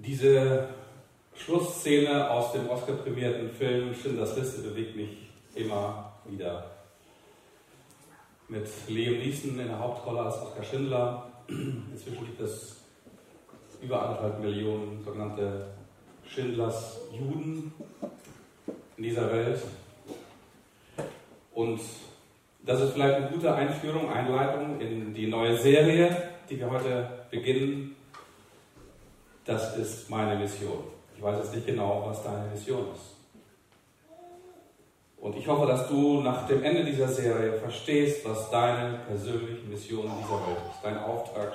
Diese Schlussszene aus dem Oscar-prämierten Film Schindlers Liste bewegt mich immer wieder. Mit Liam Neeson in der Hauptrolle als Oskar Schindler. Inzwischen gibt es über 1,5 Millionen sogenannte Schindlers Juden in dieser Welt. Und das ist vielleicht eine gute Einleitung in die neue Serie, die wir heute beginnen. Das ist meine Mission. Ich weiß jetzt nicht genau, was deine Mission ist. Und ich hoffe, dass du nach dem Ende dieser Serie verstehst, was deine persönliche Mission in dieser Welt ist, dein Auftrag.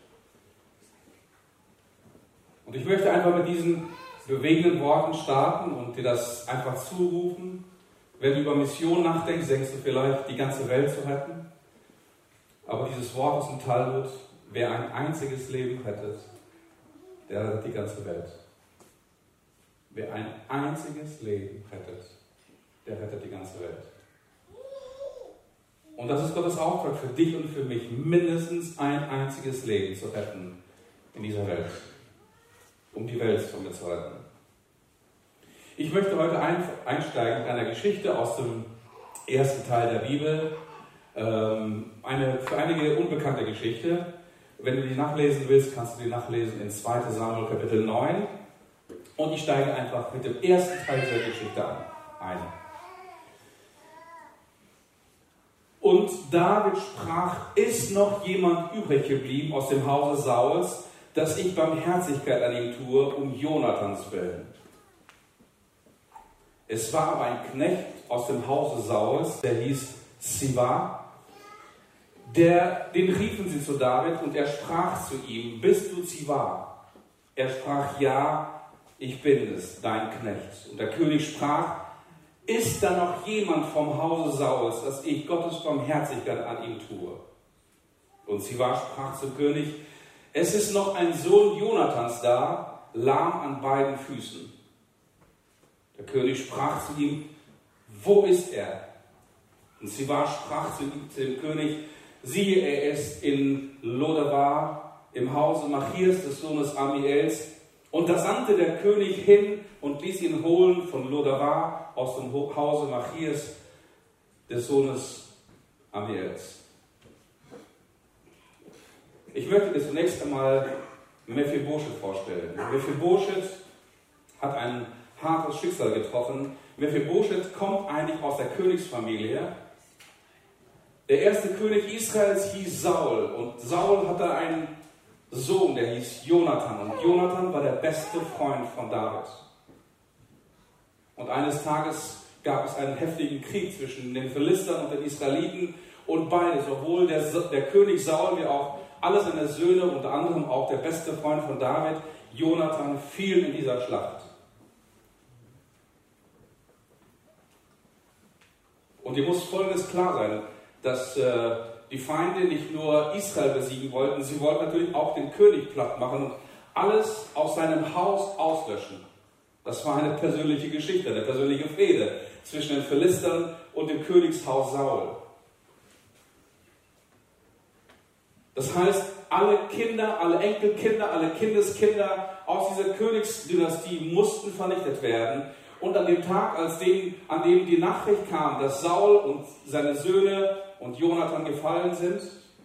Und ich möchte einfach mit diesen bewegenden Worten starten und dir das einfach zurufen. Wenn du über Mission nachdenkst, denkst du vielleicht, die ganze Welt zu retten. Aber dieses Wort aus dem Talmud, wer ein einziges Leben rettet, der rettet die ganze Welt. Wer ein einziges Leben rettet, der rettet die ganze Welt. Und das ist Gottes Auftrag für dich und für mich, mindestens ein einziges Leben zu retten in dieser Welt, um die Welt von mir zu retten. Ich möchte heute einsteigen mit einer Geschichte aus dem ersten Teil der Bibel, eine für einige unbekannte Geschichte. Wenn du die nachlesen willst, kannst du die nachlesen in 2. Samuel Kapitel 9. Und ich steige einfach mit dem ersten Teil dieser Geschichte ein. Und David sprach, ist noch jemand übrig geblieben aus dem Hause Sauls, dass ich Barmherzigkeit an ihm tue, um Jonathans willen. Es war aber ein Knecht aus dem Hause Sauls, der hieß Siba, den riefen sie zu David und er sprach zu ihm, bist du Siba? Er sprach, ja, ich bin es, dein Knecht. Und der König sprach, ist da noch jemand vom Hause Sauls, dass ich Gottes Barmherzigkeit an ihm tue? Und Siba sprach zum König, es ist noch ein Sohn Jonathans da, lahm an beiden Füßen. Der König sprach zu ihm, wo ist er? Und Siba sprach zu dem König, siehe, er ist in Lodebar, im Hause Machirs des Sohnes Amiels. Und da sandte der König hin und ließ ihn holen von Lodebar aus dem Hause Machirs des Sohnes Amiels. Ich möchte dir zunächst einmal Mephibosheth vorstellen. Mephibosheth hat ein hartes Schicksal getroffen. Mephibosheth kommt eigentlich aus der Königsfamilie. Der erste König Israels hieß Saul und Saul hatte einen Sohn, der hieß Jonathan und Jonathan war der beste Freund von David. Und eines Tages gab es einen heftigen Krieg zwischen den Philistern und den Israeliten und beide, sowohl der König Saul wie auch alle seine Söhne, unter anderem auch der beste Freund von David, Jonathan, fielen in dieser Schlacht. Und dir muss Folgendes klar sein, dass die Feinde nicht nur Israel besiegen wollten, sie wollten natürlich auch den König platt machen und alles aus seinem Haus auslöschen. Das war eine persönliche Geschichte, eine persönliche Fehde zwischen den Philistern und dem Königshaus Saul. Das heißt, alle Kinder, alle Enkelkinder, alle Kindeskinder aus dieser Königsdynastie mussten vernichtet werden. Und an dem Tag, an dem die Nachricht kam, dass Saul und seine Söhne und Jonathan gefallen sind,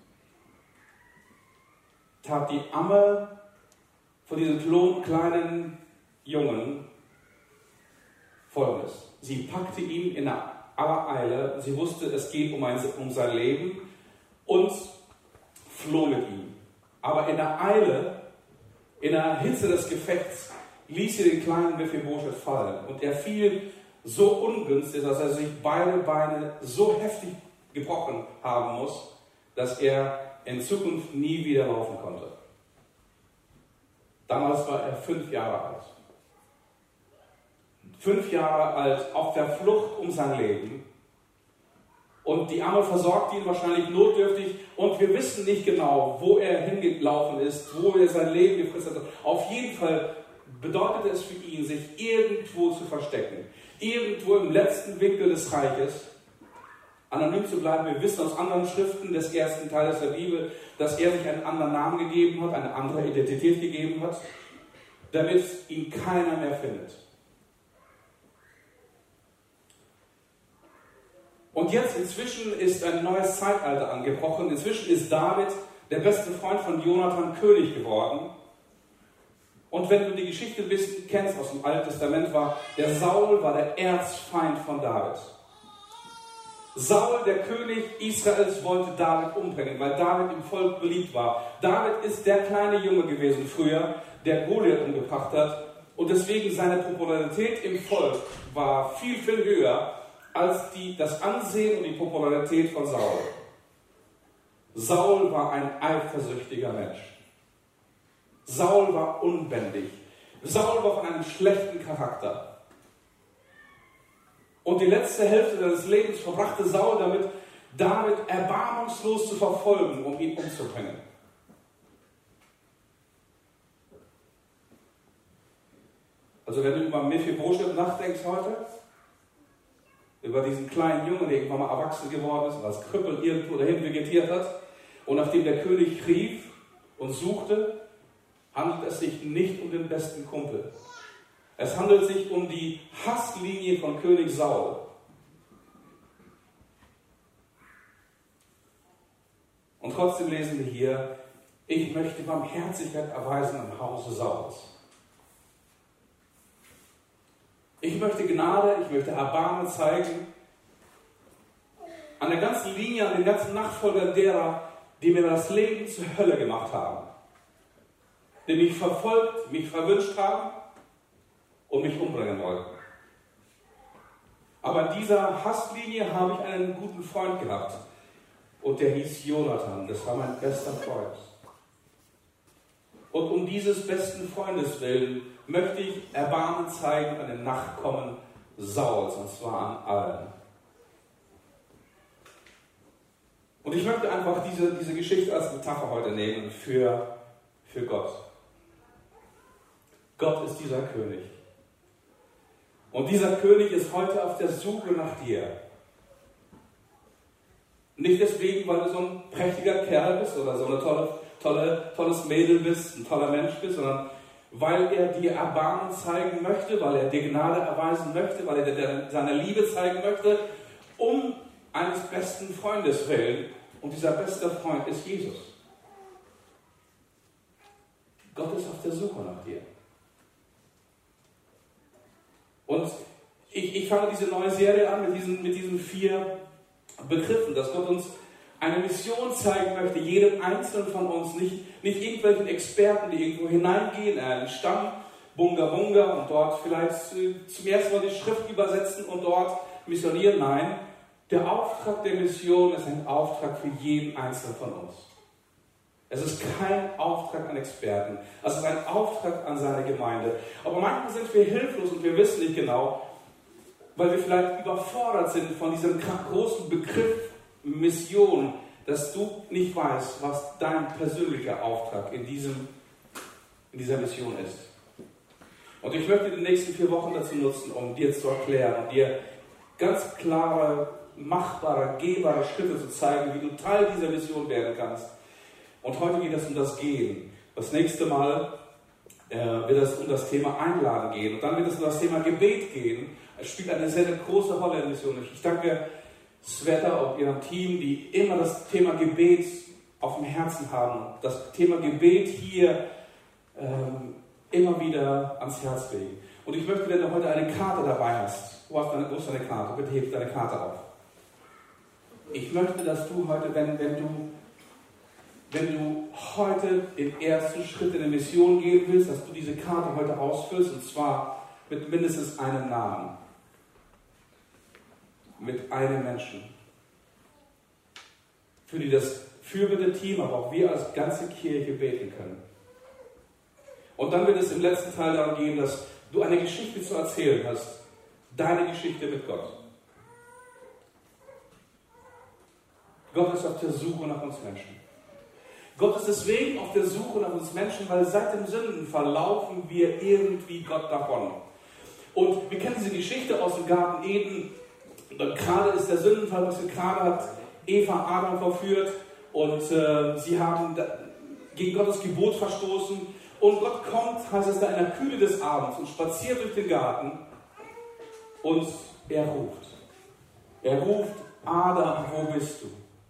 tat die Amme von diesem kleinen Jungen Folgendes. Sie packte ihn in aller Eile, sie wusste, es geht um sein Leben und floh mit ihm. Aber in der Eile, in der Hitze des Gefechts, ließ sie den kleinen Mephibosheth fallen. Und er fiel so ungünstig, dass er sich beide Beine so heftig gebrochen haben muss, dass er in Zukunft nie wieder laufen konnte. Damals war er 5 Jahre alt. 5 Jahre alt, auf der Flucht um sein Leben. Und die Amme versorgt ihn wahrscheinlich notdürftig. Und wir wissen nicht genau, wo er hingelaufen ist, wo er sein Leben gefristet hat. Auf jeden Fall bedeutete es für ihn, sich irgendwo zu verstecken. Irgendwo im letzten Winkel des Reiches. Anonym zu bleiben. Wir wissen aus anderen Schriften des ersten Teils der Bibel, dass er sich einen anderen Namen gegeben hat, eine andere Identität gegeben hat. damit ihn keiner mehr findet. Und jetzt inzwischen ist ein neues Zeitalter angebrochen. Inzwischen ist David, der beste Freund von Jonathan, König geworden. Und wenn du die Geschichte ein bisschen kennst aus dem Alten Testament, war der Saul der Erzfeind von David. Saul, der König Israels, wollte David umbringen, weil David im Volk beliebt war. David ist der kleine Junge gewesen früher, der Goliath umgebracht hat. Und deswegen seine Popularität im Volk war viel, viel höher als das Ansehen und die Popularität von Saul. Saul war ein eifersüchtiger Mensch. Saul war unbändig. Saul war von einem schlechten Charakter. Und die letzte Hälfte seines Lebens verbrachte Saul damit, David erbarmungslos zu verfolgen, um ihn umzubringen. Also wenn du über Mephibosheth nachdenkst heute, über diesen kleinen Jungen, der irgendwann mal erwachsen geworden ist und als Krüppel irgendwo dahin vegetiert hat, und nachdem der König rief und suchte, handelt es sich nicht um den besten Kumpel. Es handelt sich um die Hasslinie von König Saul. Und trotzdem lesen wir hier, ich möchte Barmherzigkeit erweisen im Hause Sauls. Ich möchte Gnade, ich möchte Erbarmen zeigen an der ganzen Linie, an den ganzen Nachfolgern derer, die mir das Leben zur Hölle gemacht haben. Die mich verfolgt, mich verwünscht haben und mich umbringen wollten. Aber in dieser Hasslinie habe ich einen guten Freund gehabt. Und der hieß Jonathan, das war mein bester Freund. Und um dieses besten Freundes willen möchte ich Erbarmen zeigen an den Nachkommen Sauls, und zwar an allen. Und ich möchte einfach diese Geschichte als Metapher heute nehmen für Gott. Gott ist dieser König. Und dieser König ist heute auf der Suche nach dir. Nicht deswegen, weil du so ein prächtiger Kerl bist oder so ein tolles Mädel bist, ein toller Mensch bist, sondern weil er dir Erbarmen zeigen möchte, weil er dir Gnade erweisen möchte, weil er dir seine Liebe zeigen möchte, um eines besten Freundes willen. Und dieser beste Freund ist Jesus. Gott ist auf der Suche nach dir. Und ich fange diese neue Serie an mit diesen 4 Begriffen, dass Gott uns eine Mission zeigen möchte, jedem Einzelnen von uns, nicht irgendwelchen Experten, die irgendwo hineingehen, in einen Stamm, Bunga Bunga, und dort vielleicht zum ersten Mal die Schrift übersetzen und dort missionieren. Nein, der Auftrag der Mission ist ein Auftrag für jeden Einzelnen von uns. Es ist kein Auftrag an Experten, es ist ein Auftrag an seine Gemeinde. Aber manchmal sind wir hilflos und wir wissen nicht genau, weil wir vielleicht überfordert sind von diesem großen Begriff Mission, dass du nicht weißt, was dein persönlicher Auftrag in dieser Mission ist. Und ich möchte die nächsten 4 Wochen dazu nutzen, um dir zu erklären und dir ganz klare, machbare, gehbare Schritte zu zeigen, wie du Teil dieser Mission werden kannst. Und heute geht es um das Gehen. Das nächste Mal wird es um das Thema Einladen gehen. Und dann wird es um das Thema Gebet gehen. Es spielt eine sehr, sehr große Rolle in der Mission. Ich danke Sveta und ihrem Team, die immer das Thema Gebet auf dem Herzen haben. Das Thema Gebet hier immer wieder ans Herz legen. Und ich möchte, wenn du heute eine Karte dabei hast, wo ist deine Karte? Bitte heb deine Karte auf. Ich möchte, dass du heute, wenn du heute den ersten Schritt in der Mission gehen willst, dass du diese Karte heute ausfüllst, und zwar mit mindestens einem Namen. Mit einem Menschen. Für die das Fürbitte-Team, aber auch wir als ganze Kirche beten können. Und dann wird es im letzten Teil darum gehen, dass du eine Geschichte zu erzählen hast. Deine Geschichte mit Gott. Gott ist auf der Suche nach uns Menschen. Gott ist deswegen auf der Suche nach uns Menschen, weil seit dem Sündenfall laufen wir irgendwie Gott davon. Und wir kennen diese Geschichte aus dem Garten Eden. Und gerade ist der Sündenfall passiert, gerade hat Eva Adam verführt und sie haben gegen Gottes Gebot verstoßen. Und Gott kommt, heißt es da, in der Kühle des Abends und spaziert durch den Garten und er ruft. Er ruft, Adam, wo bist du?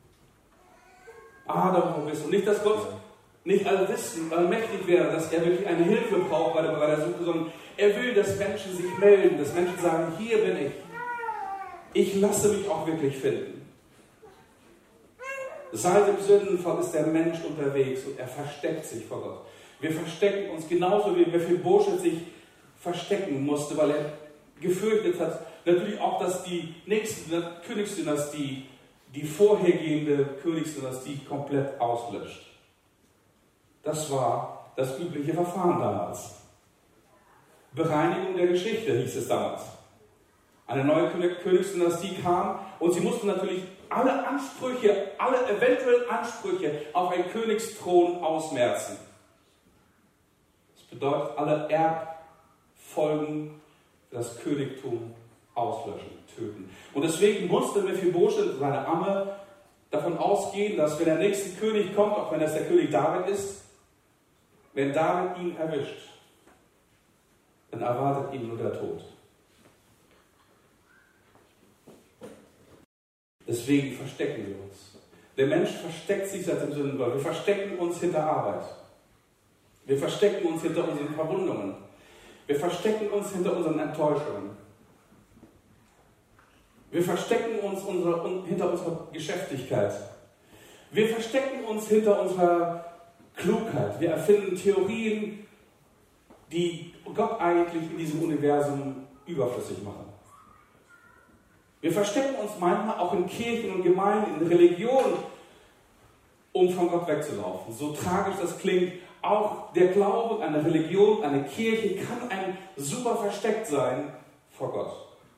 Adam, wo bist du? Nicht, dass Gott nicht allwissend, allmächtig wäre, dass er wirklich eine Hilfe braucht bei der Suche, sondern er will, dass Menschen sich melden, dass Menschen sagen, hier bin ich. Ich lasse mich auch wirklich finden. Seit dem Sündenfall ist der Mensch unterwegs und er versteckt sich vor Gott. Wir verstecken uns genauso wie Mephibosheth sich verstecken musste, weil er gefürchtet hat, natürlich auch, dass die nächste Königsdynastie, die vorhergehende Königsdynastie komplett auslöscht. Das war das übliche Verfahren damals. Bereinigung der Geschichte hieß es damals. Eine neue Königsdynastie kam und sie mussten natürlich alle Ansprüche, alle eventuellen Ansprüche auf einen Königsthron ausmerzen. Das bedeutet, alle Erbfolgen für das Königtum auslöschen, töten. Und deswegen musste Mephibosheth, seine Amme, davon ausgehen, dass wenn der nächste König kommt, auch wenn das der König David ist, wenn David ihn erwischt, dann erwartet ihn nur der Tod. Deswegen verstecken wir uns. Der Mensch versteckt sich seit dem Sündenfall. Wir verstecken uns hinter Arbeit. Wir verstecken uns hinter unseren Verwundungen. Wir verstecken uns hinter unseren Enttäuschungen. Wir verstecken uns hinter unserer Geschäftigkeit. Wir verstecken uns hinter unserer Klugheit. Wir erfinden Theorien, die Gott eigentlich in diesem Universum überflüssig machen. Wir verstecken uns manchmal auch in Kirchen und Gemeinden, in Religion, um von Gott wegzulaufen. So tragisch das klingt, auch der Glaube an eine Religion, eine Kirche kann ein super Versteck sein vor Gott.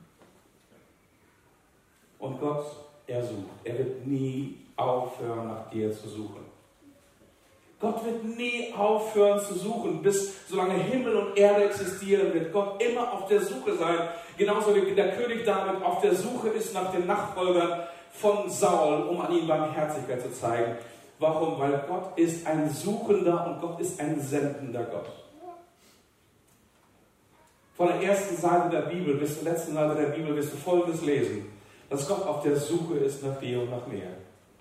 Und Gott, er sucht. Er wird nie aufhören, nach dir zu suchen. Gott wird nie aufhören zu suchen, solange Himmel und Erde existieren, wird Gott immer auf der Suche sein. Genauso wie der König David auf der Suche ist nach den Nachfolgern von Saul, um an ihm Barmherzigkeit zu zeigen. Warum? Weil Gott ist ein Suchender und Gott ist ein sendender Gott. Von der ersten Seite der Bibel bis zur letzten Seite der Bibel wirst du Folgendes lesen, dass Gott auf der Suche ist nach dir und nach mir.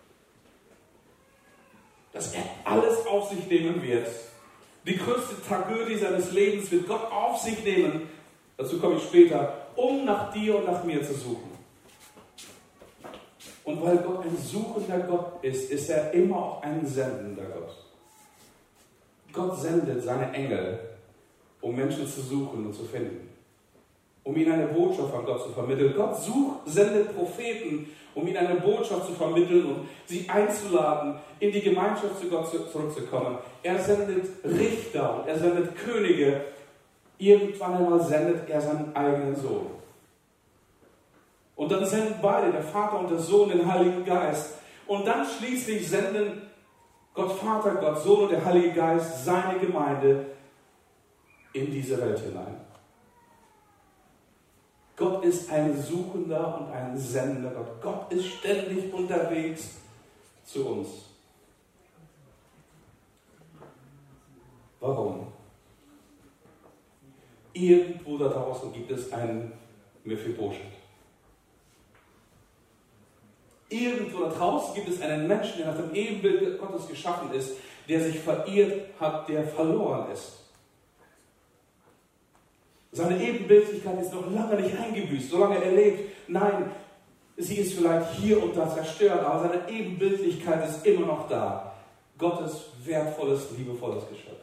Dass er alles auf sich nehmen wird. Die größte Tragödie seines Lebens wird Gott auf sich nehmen, dazu komme ich später, um nach dir und nach mir zu suchen. Und weil Gott ein suchender Gott ist, ist er immer auch ein sendender Gott. Gott sendet seine Engel, um Menschen zu suchen und zu finden. Um ihnen eine Botschaft von Gott zu vermitteln. Gott sendet Propheten, um ihnen eine Botschaft zu vermitteln und sie einzuladen, in die Gemeinschaft zu Gott zurückzukommen. Er sendet Richter und er sendet Könige. Irgendwann einmal sendet er seinen eigenen Sohn. Und dann senden beide, der Vater und der Sohn, den Heiligen Geist. Und dann schließlich senden Gott Vater, Gott Sohn und der Heilige Geist seine Gemeinde in diese Welt hinein. Gott ist ein suchender und ein sendender Gott. Gott ist ständig unterwegs zu uns. Warum? Irgendwo da draußen gibt es einen Mephibosheth. Irgendwo da draußen gibt es einen Menschen, der nach dem Ebenbild Gottes geschaffen ist, der sich verirrt hat, der verloren ist. Seine Ebenbildlichkeit ist noch lange nicht eingebüßt, solange er lebt. Nein, sie ist vielleicht hier und da zerstört, aber seine Ebenbildlichkeit ist immer noch da. Gottes wertvolles, liebevolles Geschöpf.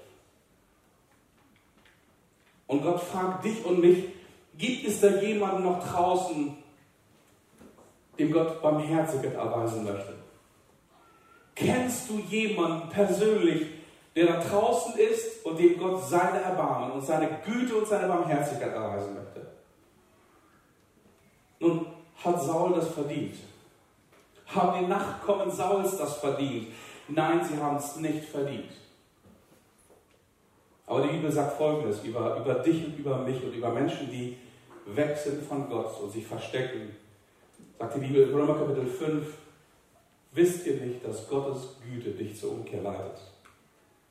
Und Gott fragt dich und mich, gibt es da jemanden noch draußen, dem Gott Barmherzigkeit erweisen möchte? Kennst du jemanden persönlich, der da draußen ist und dem Gott seine Erbarmen und seine Güte und seine Barmherzigkeit erweisen möchte? Nun, hat Saul das verdient? Haben die Nachkommen Sauls das verdient? Nein, sie haben es nicht verdient. Aber die Bibel sagt Folgendes über dich und über mich und über Menschen, die weg sind von Gott und sich verstecken. Sagt die Bibel in Römer Kapitel 5, wisst ihr nicht, dass Gottes Güte dich zur Umkehr leitet?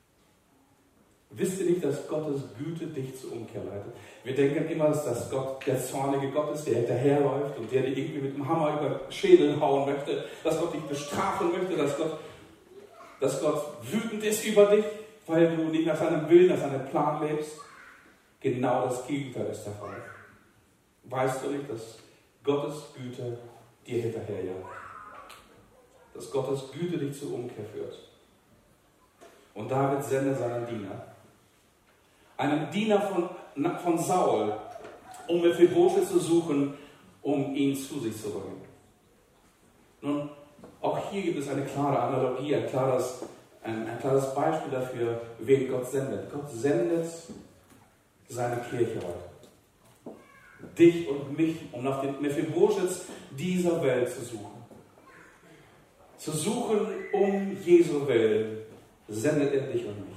Wisst ihr nicht, dass Gottes Güte dich zur Umkehr leitet? Wir denken immer, dass Gott der zornige Gott ist, der hinterherläuft und der dir irgendwie mit dem Hammer über den Schädel hauen möchte, dass Gott dich bestrafen möchte, dass Gott wütend ist über dich, weil du nicht nach seinem Willen, nach seinem Plan lebst. Genau das Gegenteil ist der Fall. Weißt du nicht, dass Gottes Güte dir hinterherjagt? Dass Gottes Güte dich zur Umkehr führt. Und David sendet seinen Diener. Einen Diener von Saul, um Mephibosheth zu suchen, um ihn zu sich zu bringen. Nun, auch hier gibt es eine klare Analogie, ein klares Beispiel dafür, wen Gott sendet. Gott sendet seine Kirche heute. Dich und mich, um nach den Mephibosheths dieser Welt zu suchen. Zu suchen um Jesu Willen, sendet er dich und mich.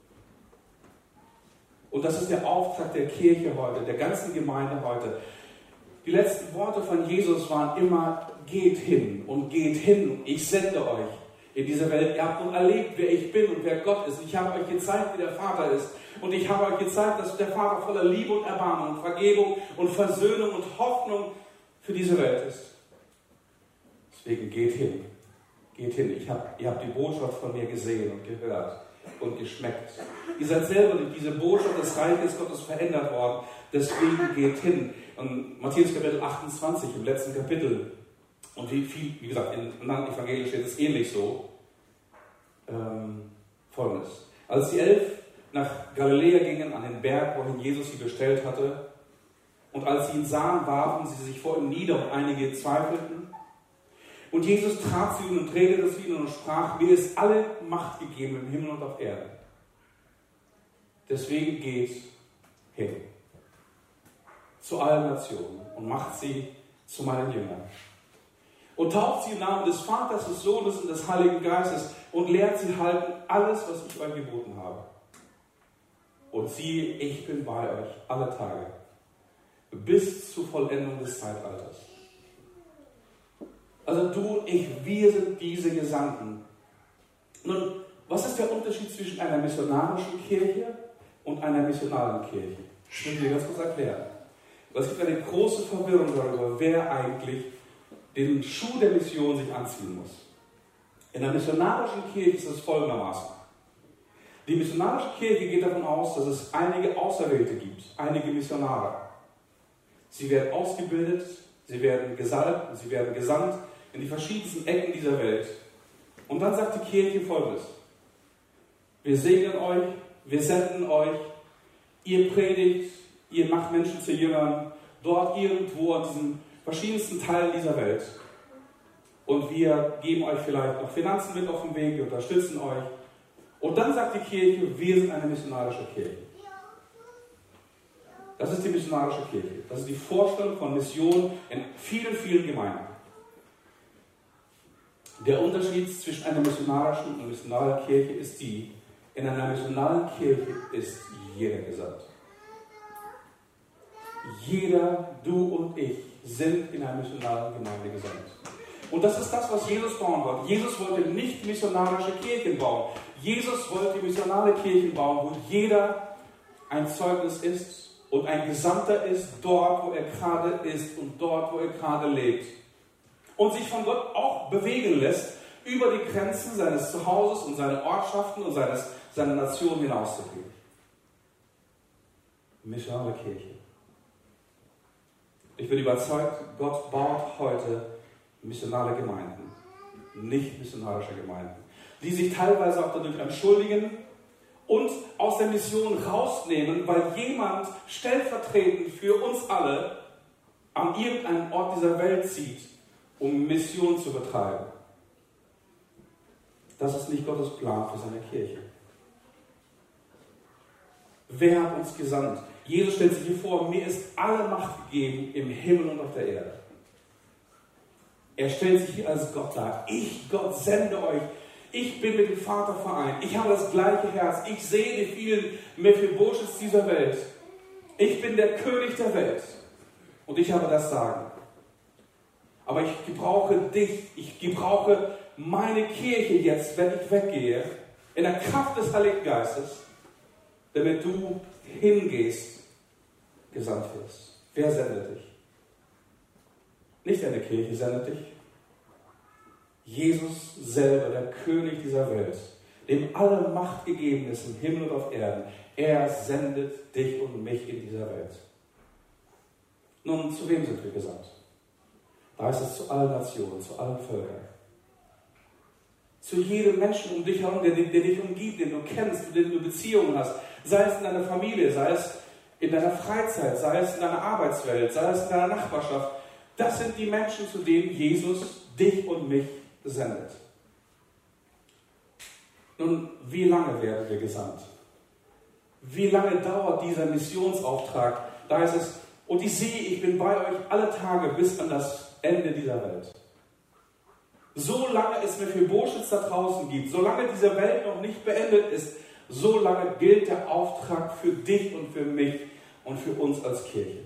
Und das ist der Auftrag der Kirche heute, der ganzen Gemeinde heute. Die letzten Worte von Jesus waren immer, geht hin und geht hin. Ich sende euch in diese Welt. Ihr habt nun erlebt, wer ich bin und wer Gott ist. Ich habe euch gezeigt, wie der Vater ist. Und ich habe euch gezeigt, dass der Vater voller Liebe und Erbarmen und Vergebung und Versöhnung und Hoffnung für diese Welt ist. Deswegen geht hin. Geht hin. Ihr habt die Botschaft von mir gesehen und gehört und geschmeckt. Ihr seid selber durch diese Botschaft des Reiches Gottes verändert worden. Deswegen geht hin. Und Matthäus Kapitel 28, im letzten Kapitel, und wie gesagt, in anderen Evangelien steht es ähnlich so, Folgendes. Als die 11 nach Galiläa gingen, an den Berg, wohin Jesus sie bestellt hatte, und als sie ihn sahen, warfen sie sich vor ihm nieder und einige zweifelten. Und Jesus trat zu ihnen und redete zu ihnen und sprach, mir ist alle Macht gegeben im Himmel und auf Erden. Deswegen geht hin zu allen Nationen und macht sie zu meinen Jüngern. Und tauft sie im Namen des Vaters, des Sohnes und des Heiligen Geistes und lehrt sie halten alles, was ich euch geboten habe. Und siehe, ich bin bei euch alle Tage, bis zur Vollendung des Zeitalters. Also du und ich, wir sind diese Gesandten. Nun, was ist der Unterschied zwischen einer missionarischen Kirche und einer missionalen Kirche? Das will ich dir ganz kurz erklären. Es gibt eine große Verwirrung darüber, wer eigentlich den Schuh der Mission sich anziehen muss. In der missionarischen Kirche ist es folgendermaßen. Die missionarische Kirche geht davon aus, dass es einige Auserwählte gibt, einige Missionare. Sie werden ausgebildet, sie werden gesalbt und sie werden gesandt in die verschiedensten Ecken dieser Welt. Und dann sagt die Kirche Folgendes: Wir segnen euch, wir senden euch, ihr predigt, ihr macht Menschen zu Jüngern, dort irgendwo an diesen verschiedensten Teilen dieser Welt. Und wir geben euch vielleicht noch Finanzen mit auf den Weg, wir unterstützen euch. Und dann sagt die Kirche, wir sind eine missionarische Kirche. Das ist die missionarische Kirche. Das ist die Vorstellung von Mission in vielen, vielen Gemeinden. Der Unterschied zwischen einer missionarischen und missionalen Kirche ist die, in einer missionalen Kirche ist jeder gesandt. Jeder, du und ich, sind in einer missionalen Gemeinde gesandt. Und das ist das, was Jesus bauen wollte. Jesus wollte nicht missionarische Kirchen bauen. Jesus wollte missionale Kirchen bauen, wo jeder ein Zeugnis ist und ein Gesandter ist, dort, wo er gerade ist und dort, wo er gerade lebt. Und sich von Gott auch bewegen lässt, über die Grenzen seines Zuhauses und seiner Ortschaften und seiner Nation hinauszugehen. Missionale Kirche. Ich bin überzeugt, Gott baut heute missionale Gemeinden, nicht missionarische Gemeinden, die sich teilweise auch dadurch entschuldigen und aus der Mission rausnehmen, weil jemand stellvertretend für uns alle an irgendeinen Ort dieser Welt zieht, um Mission zu betreiben. Das ist nicht Gottes Plan für seine Kirche. Wer hat uns gesandt? Jesus stellt sich hier vor, mir ist alle Macht gegeben im Himmel und auf der Erde. Er stellt sich hier als Gott dar. Ich, Gott, sende euch. Ich bin mit dem Vater vereint. Ich habe das gleiche Herz. Ich sehe die vielen Mephibosheths dieser Welt. Ich bin der König der Welt. Und ich habe das Sagen. Aber ich gebrauche dich. Ich gebrauche meine Kirche jetzt, wenn ich weggehe, in der Kraft des Heiligen Geistes, damit du hingehst, gesandt wirst. Wer sendet dich? Nicht eine Kirche sendet dich. Jesus selber, der König dieser Welt, dem alle Macht gegeben ist im Himmel und auf Erden, er sendet dich und mich in dieser Welt. Nun, zu wem sind wir gesandt? Da heißt es zu allen Nationen, zu allen Völkern. Zu jedem Menschen um dich herum, der dich umgibt, den du kennst, mit dem du Beziehungen hast. Sei es in deiner Familie, sei es in deiner Freizeit, sei es in deiner Arbeitswelt, sei es in deiner Nachbarschaft. Das sind die Menschen, zu denen Jesus dich und mich sendet. Nun, wie lange werden wir gesandt? Wie lange dauert dieser Missionsauftrag? Da heißt es, und ich sehe, ich bin bei euch alle Tage bis an das Ende dieser Welt. Solange es Mephibosheth da draußen gibt, solange diese Welt noch nicht beendet ist, solange gilt der Auftrag für dich und für mich und für uns als Kirche.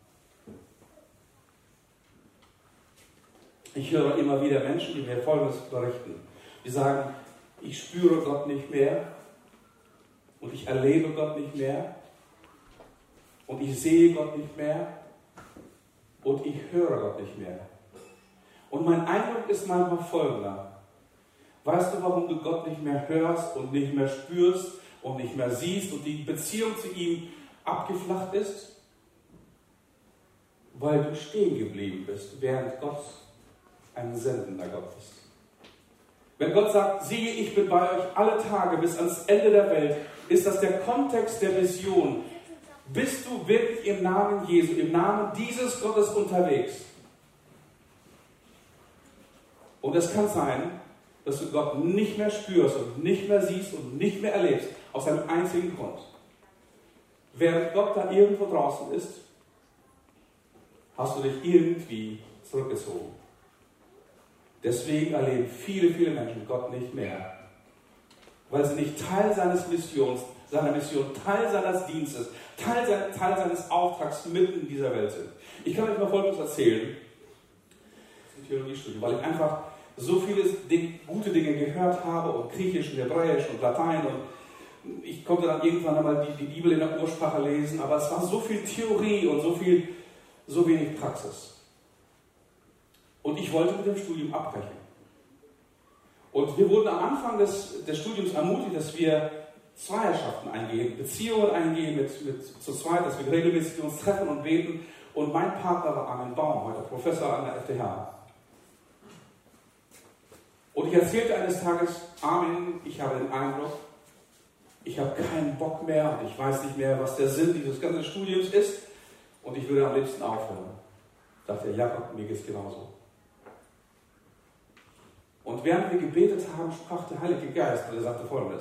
Ich höre immer wieder Menschen, die mir Folgendes berichten. Die sagen, ich spüre Gott nicht mehr und ich erlebe Gott nicht mehr und ich sehe Gott nicht mehr und ich höre Gott nicht mehr. Und mein Eindruck ist manchmal folgender. Weißt du, warum du Gott nicht mehr hörst und nicht mehr spürst und nicht mehr siehst und die Beziehung zu ihm abgeflacht ist? Weil du stehen geblieben bist, während Gott ein sendender Gott ist. Wenn Gott sagt, siehe, ich bin bei euch alle Tage bis ans Ende der Welt, ist das der Kontext der Vision. Bist du wirklich im Namen Jesu, im Namen dieses Gottes unterwegs? Und es kann sein, dass du Gott nicht mehr spürst und nicht mehr siehst und nicht mehr erlebst, aus einem einzigen Grund. Während Gott da irgendwo draußen ist, hast du dich irgendwie zurückgezogen. Deswegen erleben viele, viele Menschen Gott nicht mehr. Weil sie nicht Teil seiner Mission, Teil seines Dienstes, Teil seines Auftrags mitten in dieser Welt sind. Ich kann euch mal Folgendes erzählen. Zum Theologiestudium, weil ich einfach so viele gute Dinge gehört habe und Griechisch und Hebräisch und Latein und ich konnte dann irgendwann einmal die Bibel in der Ursprache lesen, aber es war so viel Theorie und so wenig Praxis. Und ich wollte mit dem Studium abbrechen. Und wir wurden am Anfang des Studiums ermutigt, dass wir Zweierschaften eingehen, Beziehungen eingehen zu zweit, dass wir regelmäßig uns treffen und beten. Und mein Partner war Armin Baum, heute Professor an der FTH. Und ich erzählte eines Tages, Armin, ich habe den Eindruck, ich habe keinen Bock mehr und ich weiß nicht mehr, was der Sinn dieses ganzen Studiums ist und ich würde am liebsten aufhören. Ich dachte, Jakob, mir geht es genauso. Und während wir gebetet haben, sprach der Heilige Geist und er sagte Folgendes: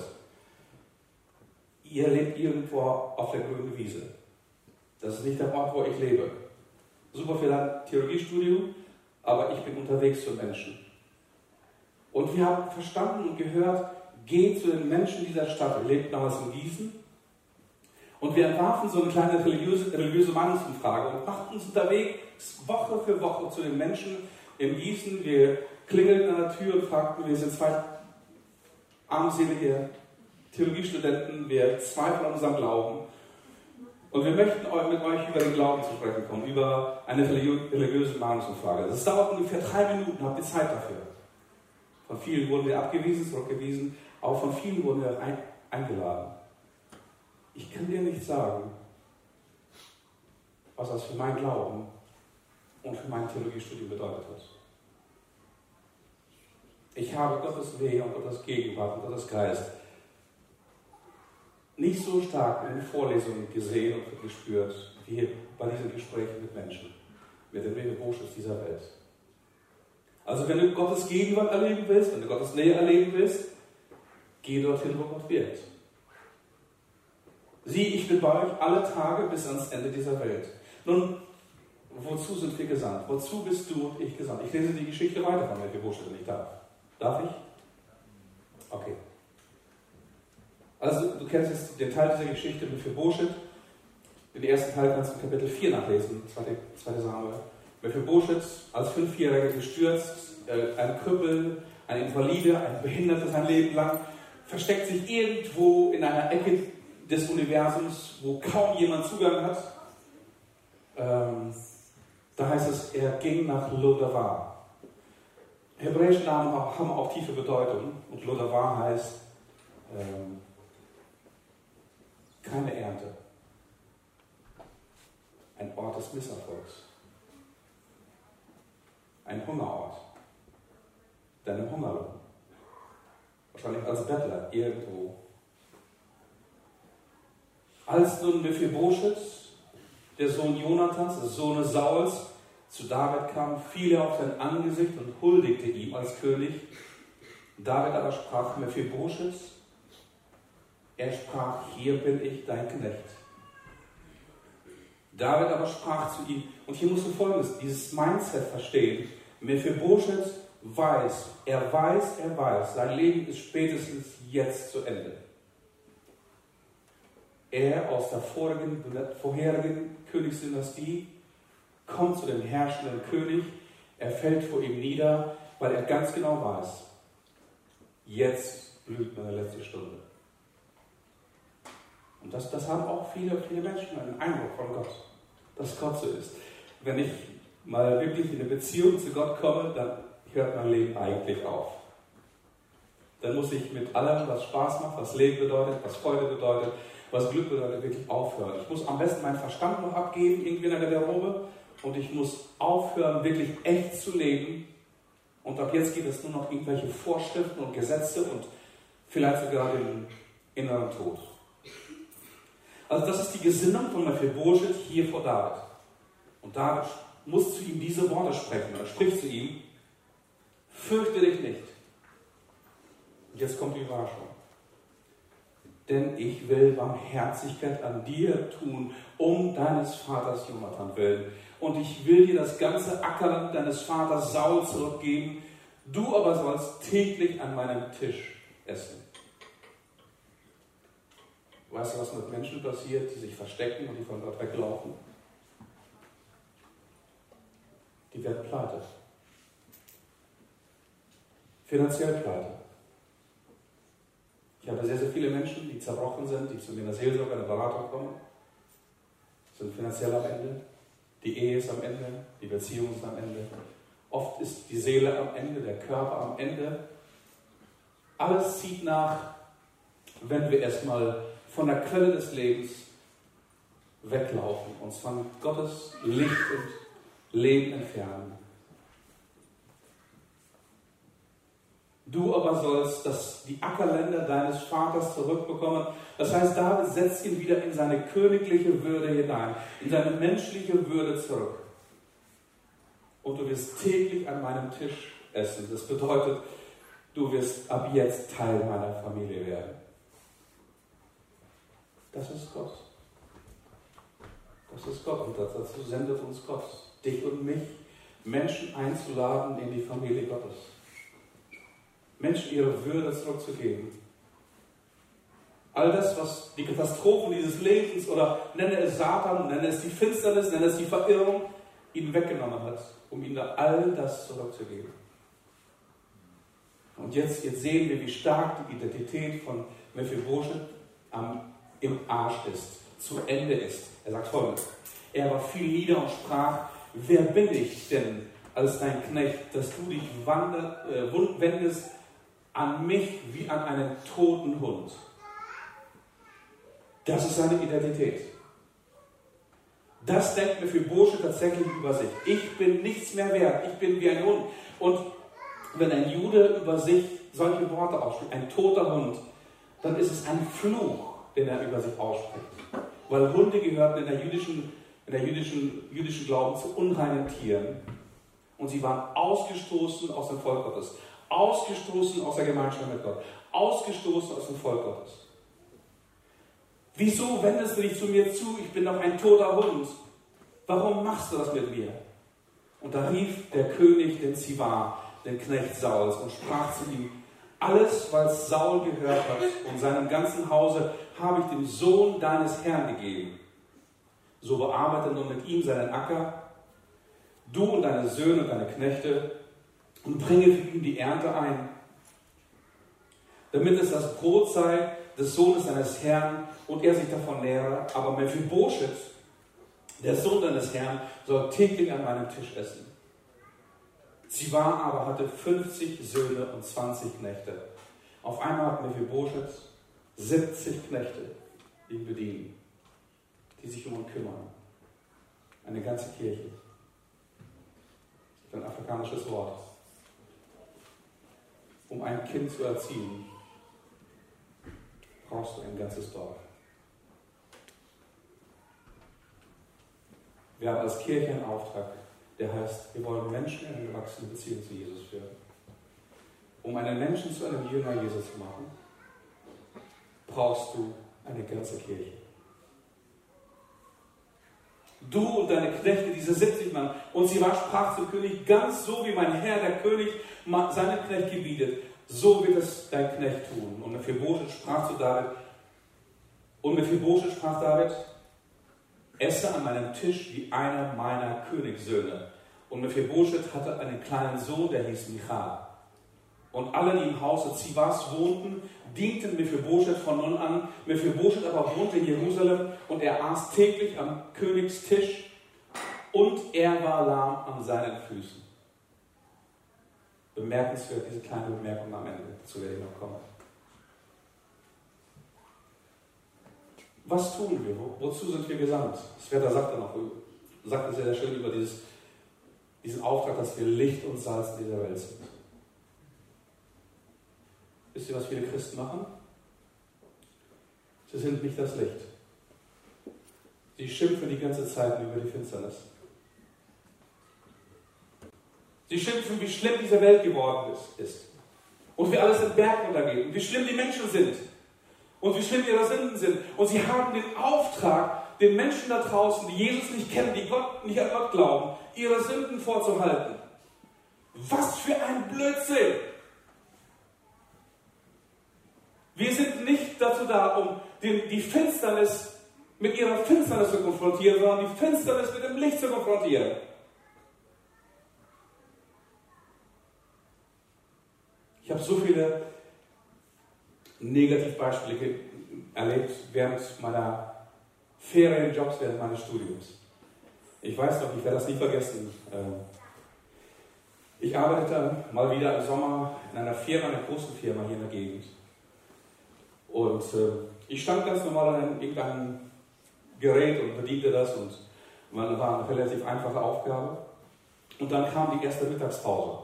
Ihr lebt irgendwo auf der grünen Wiese. Das ist nicht der Ort, wo ich lebe. Super viel Theologiestudium, aber ich bin unterwegs zu Menschen. Und wir haben verstanden und gehört, geht zu den Menschen dieser Stadt. Wir lebten damals in Gießen. Und wir entwarfen so eine kleine religiöse Meinungsumfrage und machten uns unterwegs Woche für Woche zu den Menschen in Gießen. Wir klingelten an der Tür und fragten, wir sind zwei armselige Theologiestudenten, wir zweifeln an unserem Glauben. Und wir möchten mit euch über den Glauben zu sprechen kommen, über eine religiöse Meinungsumfrage. Das dauert ungefähr 3 Minuten, habt ihr Zeit dafür. Von vielen wurden wir abgewiesen, zurückgewiesen, auch von vielen wurden wir eingeladen. Ich kann dir nicht sagen, was das für mein Glauben und für mein Theologiestudium bedeutet hat. Ich habe Gottes Nähe und Gottes Gegenwart und Gottes Geist nicht so stark in den Vorlesungen gesehen und gespürt, wie hier bei diesen Gesprächen mit Menschen, mit den Mephibosheths dieser Welt. Also wenn du Gottes Gegenwart erleben willst, wenn du Gottes Nähe erleben willst, geh dorthin, wo Gott wirkt. Sieh, ich bin bei euch alle Tage bis ans Ende dieser Welt. Nun, wozu sind wir gesandt? Wozu bist du und ich gesandt? Ich lese die Geschichte weiter von Mephibosheth, wenn ich darf. Darf ich? Okay. Also, du kennst jetzt den Teil dieser Geschichte mit Mephibosheth. Den ersten Teil kannst du in Kapitel 4 nachlesen, 2. Samuel. Mephibosheth als 5-Jähriger gestürzt, ein Krüppel, ein Invalide, ein Behinderter sein Leben lang, versteckt sich irgendwo in einer Ecke des Universums, wo kaum jemand Zugang hat. Da heißt es, er ging nach Lodabar. Hebräische Namen haben auch tiefe Bedeutung. Und Lodabar heißt keine Ernte. Ein Ort des Misserfolgs. Ein Hungerort. Deinem Hungerlohn. Wahrscheinlich als Bettler irgendwo. Als nun Mephibosheth, der Sohn Jonathans, des Sohnes Sauls, zu David kam, fiel er auf sein Angesicht und huldigte ihm als König. David aber sprach Mephibosheth, er sprach, hier bin ich, dein Knecht. David aber sprach zu ihm, und hier musst du Folgendes, dieses Mindset verstehen. Mephibosheth weiß, sein Leben ist spätestens jetzt zu Ende. Er aus der vorherigen Königsdynastie kommt zu dem herrschenden König, er fällt vor ihm nieder, weil er ganz genau weiß, jetzt blüht meine letzte Stunde. Und das haben auch viele Menschen einen Eindruck von Gott, dass Gott so ist. Wenn ich mal wirklich in eine Beziehung zu Gott komme, dann hört mein Leben eigentlich auf. Dann muss ich mit allem, was Spaß macht, was Leben bedeutet, was Freude bedeutet, was Glück bedeutet, wirklich aufhören. Ich muss am besten meinen Verstand noch abgeben, irgendwie in der Garderobe, und ich muss aufhören, wirklich echt zu leben. Und ab jetzt gibt es nur noch irgendwelche Vorschriften und Gesetze und vielleicht sogar den inneren Tod. Also das ist die Gesinnung von Mephibosheth hier vor David. Und David muss zu ihm diese Worte sprechen. Er spricht zu ihm, fürchte dich nicht. Und jetzt kommt die Überraschung. Denn ich will Barmherzigkeit an dir tun, um deines Vaters Jonathan willen. Und ich will dir das ganze Ackerland deines Vaters Saul zurückgeben. Du aber sollst täglich an meinem Tisch essen. Weißt du, was mit Menschen passiert, die sich verstecken und die von Gott weglaufen? Die werden pleite. Finanziell pleite. Ich habe sehr, sehr viele Menschen, die zerbrochen sind, die zu mir in der Seelsorge, in der Beratung kommen, sind finanziell am Ende. Die Ehe ist am Ende, die Beziehung ist am Ende. Oft ist die Seele am Ende, der Körper am Ende. Alles zieht nach, wenn wir erstmal von der Quelle des Lebens weglaufen, uns von Gottes Licht und Leben entfernen. Du aber sollst die Ackerländer deines Vaters zurückbekommen. Das heißt, David setzt ihn wieder in seine königliche Würde hinein, in seine menschliche Würde zurück. Und du wirst täglich an meinem Tisch essen. Das bedeutet, du wirst ab jetzt Teil meiner Familie werden. Das ist Gott. Das ist Gott. Und dazu sendet uns Gott, dich und mich, Menschen einzuladen in die Familie Gottes. Menschen ihre Würde zurückzugeben. All das, was die Katastrophen dieses Lebens oder nenne es Satan, nenne es die Finsternis, nenne es die Verirrung, ihnen weggenommen hat, um ihnen all das zurückzugeben. Und jetzt sehen wir, wie stark die Identität von Mephibosheth im Arsch ist, zu Ende ist. Er sagt Folgendes: Er war fiel nieder und sprach, wer bin ich denn als dein Knecht, dass du dich wendest an mich wie an einen toten Hund? Das ist seine Identität. Das denkt Mephibosheth tatsächlich über sich. Ich bin nichts mehr wert, ich bin wie ein Hund. Und wenn ein Jude über sich solche Worte ausspricht, ein toter Hund, dann ist es ein Fluch, den er über sich ausspricht. Weil Hunde gehörten in der jüdischen Glauben zu unreinen Tieren. Und sie waren ausgestoßen aus dem Volk Gottes. Ausgestoßen aus der Gemeinschaft mit Gott. Ausgestoßen aus dem Volk Gottes. Wieso wendest du dich zu mir zu? Ich bin doch ein toter Hund. Warum machst du das mit mir? Und da rief der König den Ziba, den Knecht Sauls, und sprach zu ihm: Alles, was Saul gehört hat und seinem ganzen Hause, habe ich dem Sohn deines Herrn gegeben. So bearbeite nun mit ihm seinen Acker, du und deine Söhne und deine Knechte, und bringe für ihn die Ernte ein, damit es das Brot sei, des Sohnes seines Herrn und er sich davon nähere, aber Mephibosheth, der Sohn deines Herrn, soll täglich an meinem Tisch essen. Ziba aber hatte 50 Söhne und 20 Knechte. Auf einmal hat Mephibosheth 70 Knechte, die ihn bedienen, die sich um ihn kümmern. Eine ganze Kirche. Das ist ein afrikanisches Wort. Um ein Kind zu erziehen, brauchst du ein ganzes Dorf. Wir haben als Kirche einen Auftrag, der heißt, wir wollen Menschen in eine gewachsene Beziehung zu Jesus führen. Um einen Menschen zu einem Jünger Jesus zu machen, brauchst du eine ganze Kirche. Du und deine Knechte, diese 70 Mann, und sie sprach zum König, ganz so wie mein Herr, der König, seinem Knecht gebietet, so wird es dein Knecht tun. Und Mephibosheth sprach David, esse an meinem Tisch wie einer meiner Königssöhne. Und Mephibosheth hatte einen kleinen Sohn, der hieß Michal. Und alle, die im Hause Zibas wohnten, dienten Mephibosheth von nun an. Mephibosheth aber wohnte in Jerusalem und er aß täglich am Königstisch und er war lahm an seinen Füßen. Bemerkenswert, diese kleine Bemerkung am Ende, zu der ich noch komme. Was tun wir? Wozu sind wir gesandt? Sverta sagt sehr schön über diesen Auftrag, dass wir Licht und Salz in dieser Welt sind. Wisst ihr, was viele Christen machen? Sie sind nicht das Licht. Sie schimpfen die ganze Zeit über die Finsternis. Sie schimpfen, wie schlimm diese Welt geworden ist. Und wie alles in Berg untergeht. Und wie schlimm die Menschen sind. Und wie schlimm ihre Sünden sind. Und sie haben den Auftrag, den Menschen da draußen, die Jesus nicht kennen, die nicht an Gott glauben, ihre Sünden vorzuhalten. Was für ein Blödsinn! Wir sind nicht dazu da, um die Finsternis mit ihrer Finsternis zu konfrontieren, sondern die Finsternis mit dem Licht zu konfrontieren. Ich habe so viele Negativbeispiele erlebt während meiner Ferienjobs, während meines Studiums. Ich weiß noch, ich werde das nie vergessen. Ich arbeitete mal wieder im Sommer in einer großen Firma hier in der Gegend. Und ich stand ganz normal an irgendeinem Gerät und bediente das und war eine relativ einfache Aufgabe. Und dann kam die erste Mittagspause.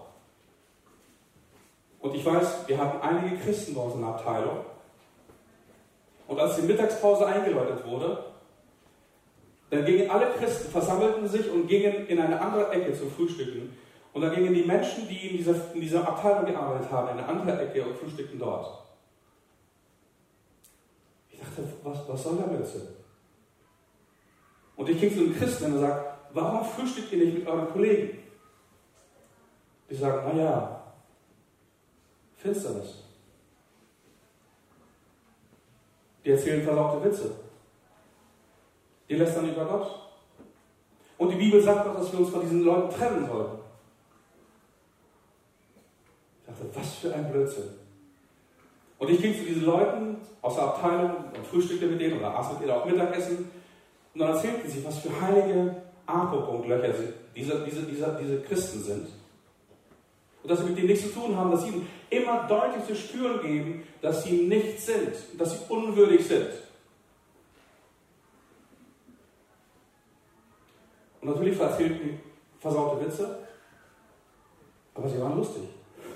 Und ich weiß, wir hatten einige Christen bei uns in der Abteilung. Und als die Mittagspause eingeläutet wurde, dann gingen alle Christen, versammelten sich und gingen in eine andere Ecke zum Frühstücken. Und dann gingen die Menschen, die in dieser Abteilung gearbeitet haben, in eine andere Ecke und frühstückten dort. Ich dachte, was soll der Blödsinn? Und ich ging zu einem Christen und er sagt, warum frühstückt ihr nicht mit euren Kollegen? Die sagen, naja, Finsternis. Die erzählen versaute Witze. Die lästern über Gott. Und die Bibel sagt doch, dass wir uns von diesen Leuten trennen sollten. Ich dachte, was für ein Blödsinn. Und ich ging zu diesen Leuten aus der Abteilung und frühstückte mit denen oder aß mit denen auch Mittagessen. Und dann erzählten sie, was für heilige A-Punkt-Löcher diese Christen sind. Und dass sie mit denen nichts zu tun haben, dass sie ihnen immer deutlich zu spüren geben, dass sie nichts sind, dass sie unwürdig sind. Und natürlich erzählten die versaute Witze, aber sie waren lustig.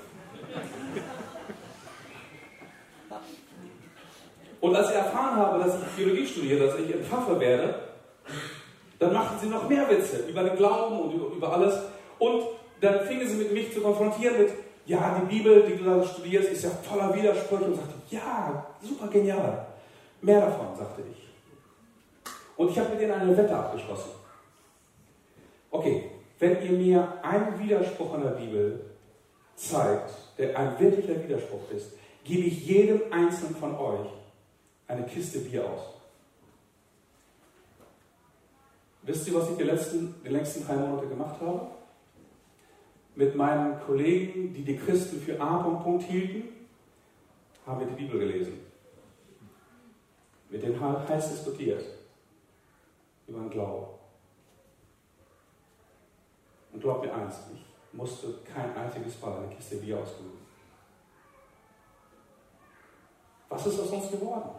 Und als ich erfahren habe, dass ich Theologie studiere, dass ich ein Pfarrer werde, dann machten sie noch mehr Witze über den Glauben und über alles. Und dann fingen sie mit mich zu konfrontieren mit, ja, die Bibel, die du da studierst, ist ja voller Widersprüche. Und sagte, ja, super genial. Mehr davon, sagte ich. Und ich habe mit ihnen eine Wette abgeschlossen. Okay, wenn ihr mir einen Widerspruch in der Bibel zeigt, der ein wirklicher Widerspruch ist, gebe ich jedem Einzelnen von euch eine Kiste Bier aus. Wisst ihr, was ich die längsten 3 Monate gemacht habe? Mit meinen Kollegen, die Christen für A. hielten, haben wir die Bibel gelesen. mit denen heiß diskutiert über den Glauben. Und glaub mir eins, ich musste kein einziges Mal eine Kiste Bier ausgeben. Was ist aus uns geworden?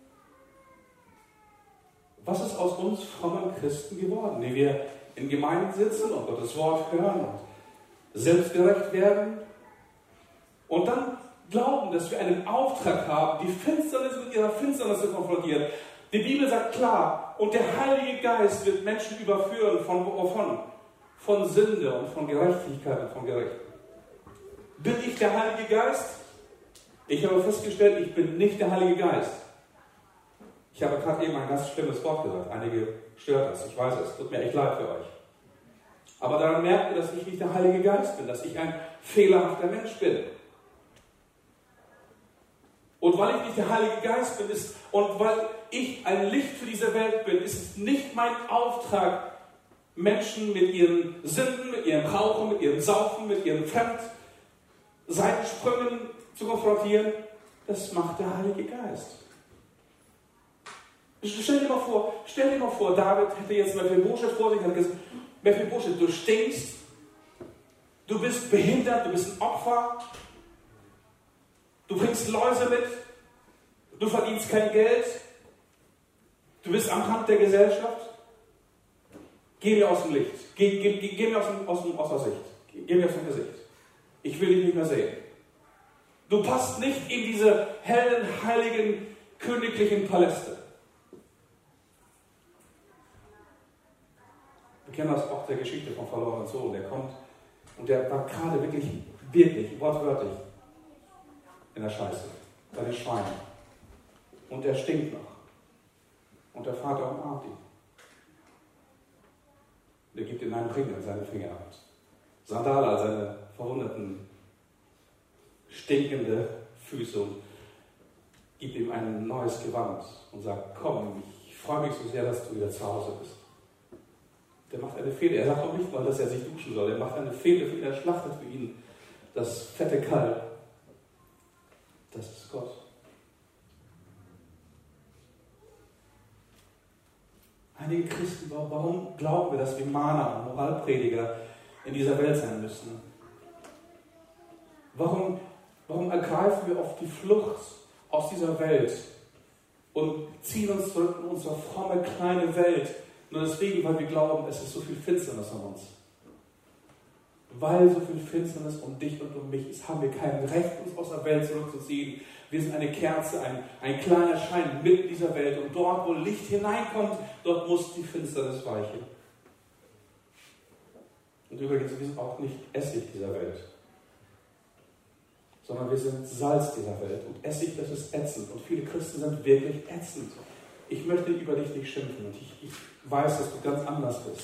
Was ist aus uns frommen Christen geworden, die wir in Gemeinden sitzen und Gottes Wort hören und selbstgerecht werden und dann glauben, dass wir einen Auftrag haben, die Finsternis mit ihrer Finsternis zu konfrontieren. Die Bibel sagt klar, und der Heilige Geist wird Menschen überführen von Sünde und von Gerechtigkeit und von Gericht. Bin ich der Heilige Geist? Ich habe festgestellt, ich bin nicht der Heilige Geist. Ich habe gerade eben ein ganz schlimmes Wort gesagt. Einige stört das, ich weiß es, tut mir echt leid für euch. Aber daran merkt ihr, dass ich nicht der Heilige Geist bin, dass ich ein fehlerhafter Mensch bin. Und weil ich nicht der Heilige Geist bin und weil ich ein Licht für diese Welt bin, ist es nicht mein Auftrag, Menschen mit ihren Sünden, mit ihrem Rauchen, mit ihrem Saufen, mit ihren Fremdseitensprüngen zu konfrontieren. Das macht der Heilige Geist. Stell dir mal vor, David hätte jetzt Mephibosheth vor sich und hat gesagt, Mephibosheth, du stinkst, du bist behindert, du bist ein Opfer, du bringst Läuse mit, du verdienst kein Geld, du bist am Rand der Gesellschaft. Geh mir aus dem Licht, geh mir aus der Sicht, geh mir aus dem Gesicht. Ich will dich nicht mehr sehen. Du passt nicht in diese hellen, heiligen, königlichen Paläste. Wir kennen das auch der Geschichte vom verlorenen Sohn. Der kommt und der war gerade wirklich, wortwörtlich in der Scheiße, bei den Schweinen. Und der stinkt noch. Und der Vater umarmt ihn. Der gibt ihm einen Ring in seine Finger. Sandale, seine verwundeten, stinkende Füße und gibt ihm ein neues Gewand und sagt, komm, ich freue mich so sehr, dass du wieder zu Hause bist. Der macht eine Fehde. Er sagt auch nicht mal, dass er sich duschen soll. Er macht eine Fehde für ihn, er schlachtet für ihn das fette Kalb. Das ist Gott. Einige Christen, warum glauben wir, dass wir Mahner und Moralprediger in dieser Welt sein müssen? Warum ergreifen wir oft die Flucht aus dieser Welt und ziehen uns zurück in unsere fromme, kleine Welt? Nur deswegen, weil wir glauben, es ist so viel Finsternis an uns. Weil so viel Finsternis um dich und um mich ist, haben wir kein Recht, uns aus der Welt zurückzuziehen. Wir sind eine Kerze, ein kleiner Schein mitten in dieser Welt. Und dort, wo Licht hineinkommt, dort muss die Finsternis weichen. Und übrigens, wir sind auch nicht Essig dieser Welt, sondern wir sind Salz dieser Welt. Und Essig, das ist ätzend. Und viele Christen sind wirklich ätzend. Ich möchte über dich nicht schimpfen. Und ich weiß, dass du ganz anders bist.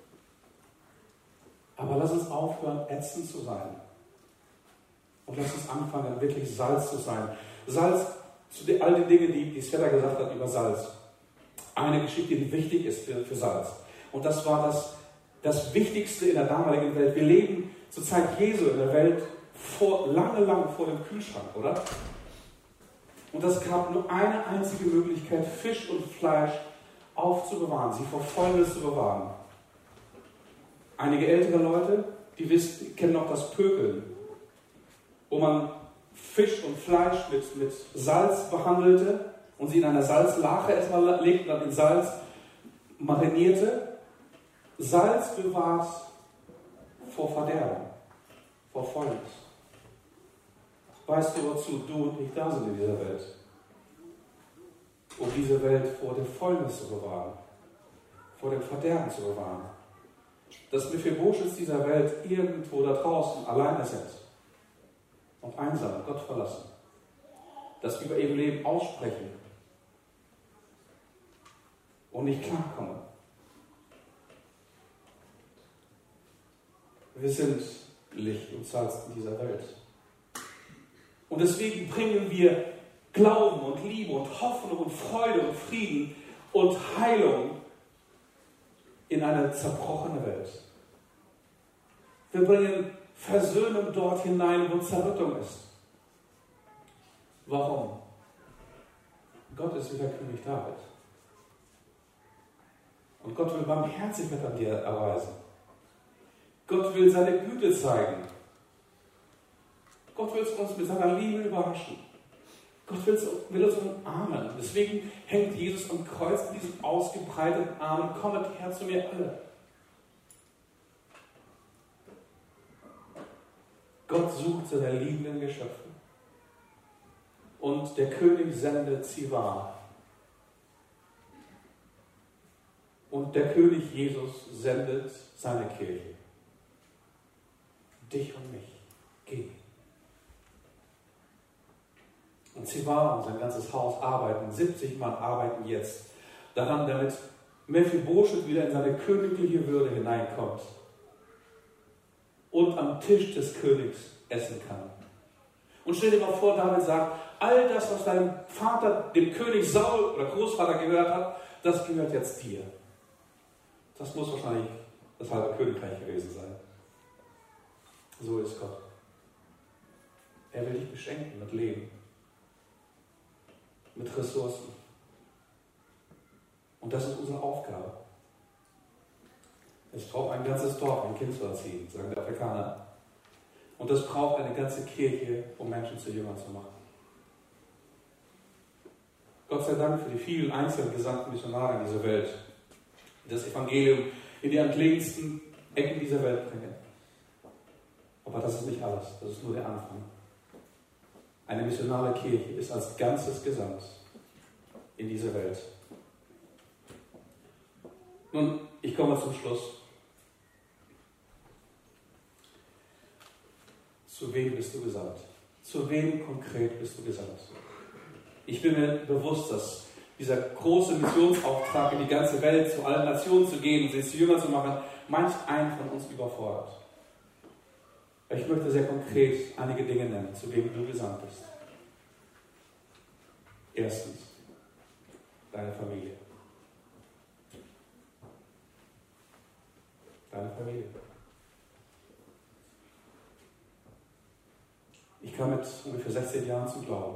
Aber lass uns aufhören, ätzend zu sein. Und lass uns anfangen, wirklich Salz zu sein. Salz, all die Dinge, die Sveta gesagt hat über Salz. Eine Geschichte, die wichtig ist für Salz. Und das war das Wichtigste in der damaligen Welt. Wir leben zur Zeit Jesu in der Welt lange vor dem Kühlschrank, oder? Und es gab nur eine einzige Möglichkeit, Fisch und Fleisch aufzubewahren, sie vor Fäulnis zu bewahren. Einige ältere Leute, die kennen noch das Pökeln, wo man Fisch und Fleisch mit Salz behandelte und sie in einer Salzlache erstmal legte, dann in Salz marinierte. Salz bewahrt vor Verderben, vor Fäulnis. Weißt du, wozu du und ich da sind in dieser Welt? Um diese Welt vor der Fäulnis zu bewahren, vor dem Verderben zu bewahren. Dass Mephibosheth dieser Welt irgendwo da draußen alleine sind und einsam, Gott verlassen. Dass wir über ihr Leben aussprechen und nicht klarkommen. Wir sind Licht und Salz in dieser Welt. Und deswegen bringen wir Glauben und Liebe und Hoffnung und Freude und Frieden und Heilung in eine zerbrochene Welt. Wir bringen Versöhnung dort hinein, wo Zerrüttung ist. Warum? Gott ist wie der König David. Und Gott will Barmherzigkeit an dir erweisen. Gott will seine Güte zeigen. Gott will uns mit seiner Liebe überraschen. Gott will uns umarmen. Deswegen hängt Jesus am Kreuz mit diesem ausgebreiteten Arm. Kommet her zu mir alle. Gott sucht seine liebenden Geschöpfe. Und der König sendet sie wahr. Und der König Jesus sendet seine Kirche. Dich und mich. Geh. Und sie war und sein ganzes Haus arbeiten. 70 Mann arbeiten jetzt daran, damit Mephibosheth wieder in seine königliche Würde hineinkommt und am Tisch des Königs essen kann. Und stell dir mal vor, David sagt, all das, was dein Vater, dem König Saul oder Großvater gehört hat, das gehört jetzt dir. Das muss wahrscheinlich das halbe Königreich gewesen sein. So ist Gott. Er will dich beschenken mit Leben, mit Ressourcen. Und das ist unsere Aufgabe. Es braucht ein ganzes Dorf, ein Kind zu erziehen, sagen die Afrikaner. Und es braucht eine ganze Kirche, um Menschen zu Jüngern zu machen. Gott sei Dank für die vielen einzelnen gesandten Missionare in dieser Welt, die das Evangelium in die entlegensten Ecken dieser Welt bringen. Aber das ist nicht alles, das ist nur der Anfang. Eine missionale Kirche ist als Ganzes gesandt in diese Welt. Nun, ich komme zum Schluss. Zu wem bist du gesandt? Zu wem konkret bist du gesandt? Ich bin mir bewusst, dass dieser große Missionsauftrag in die ganze Welt, zu allen Nationen zu gehen und sie zu Jüngern zu machen, manch einen von uns überfordert. Ich möchte sehr konkret einige Dinge nennen, zu wem du gesandt bist. Erstens, deine Familie. Deine Familie. Ich kam mit ungefähr 16 Jahren zum Glauben.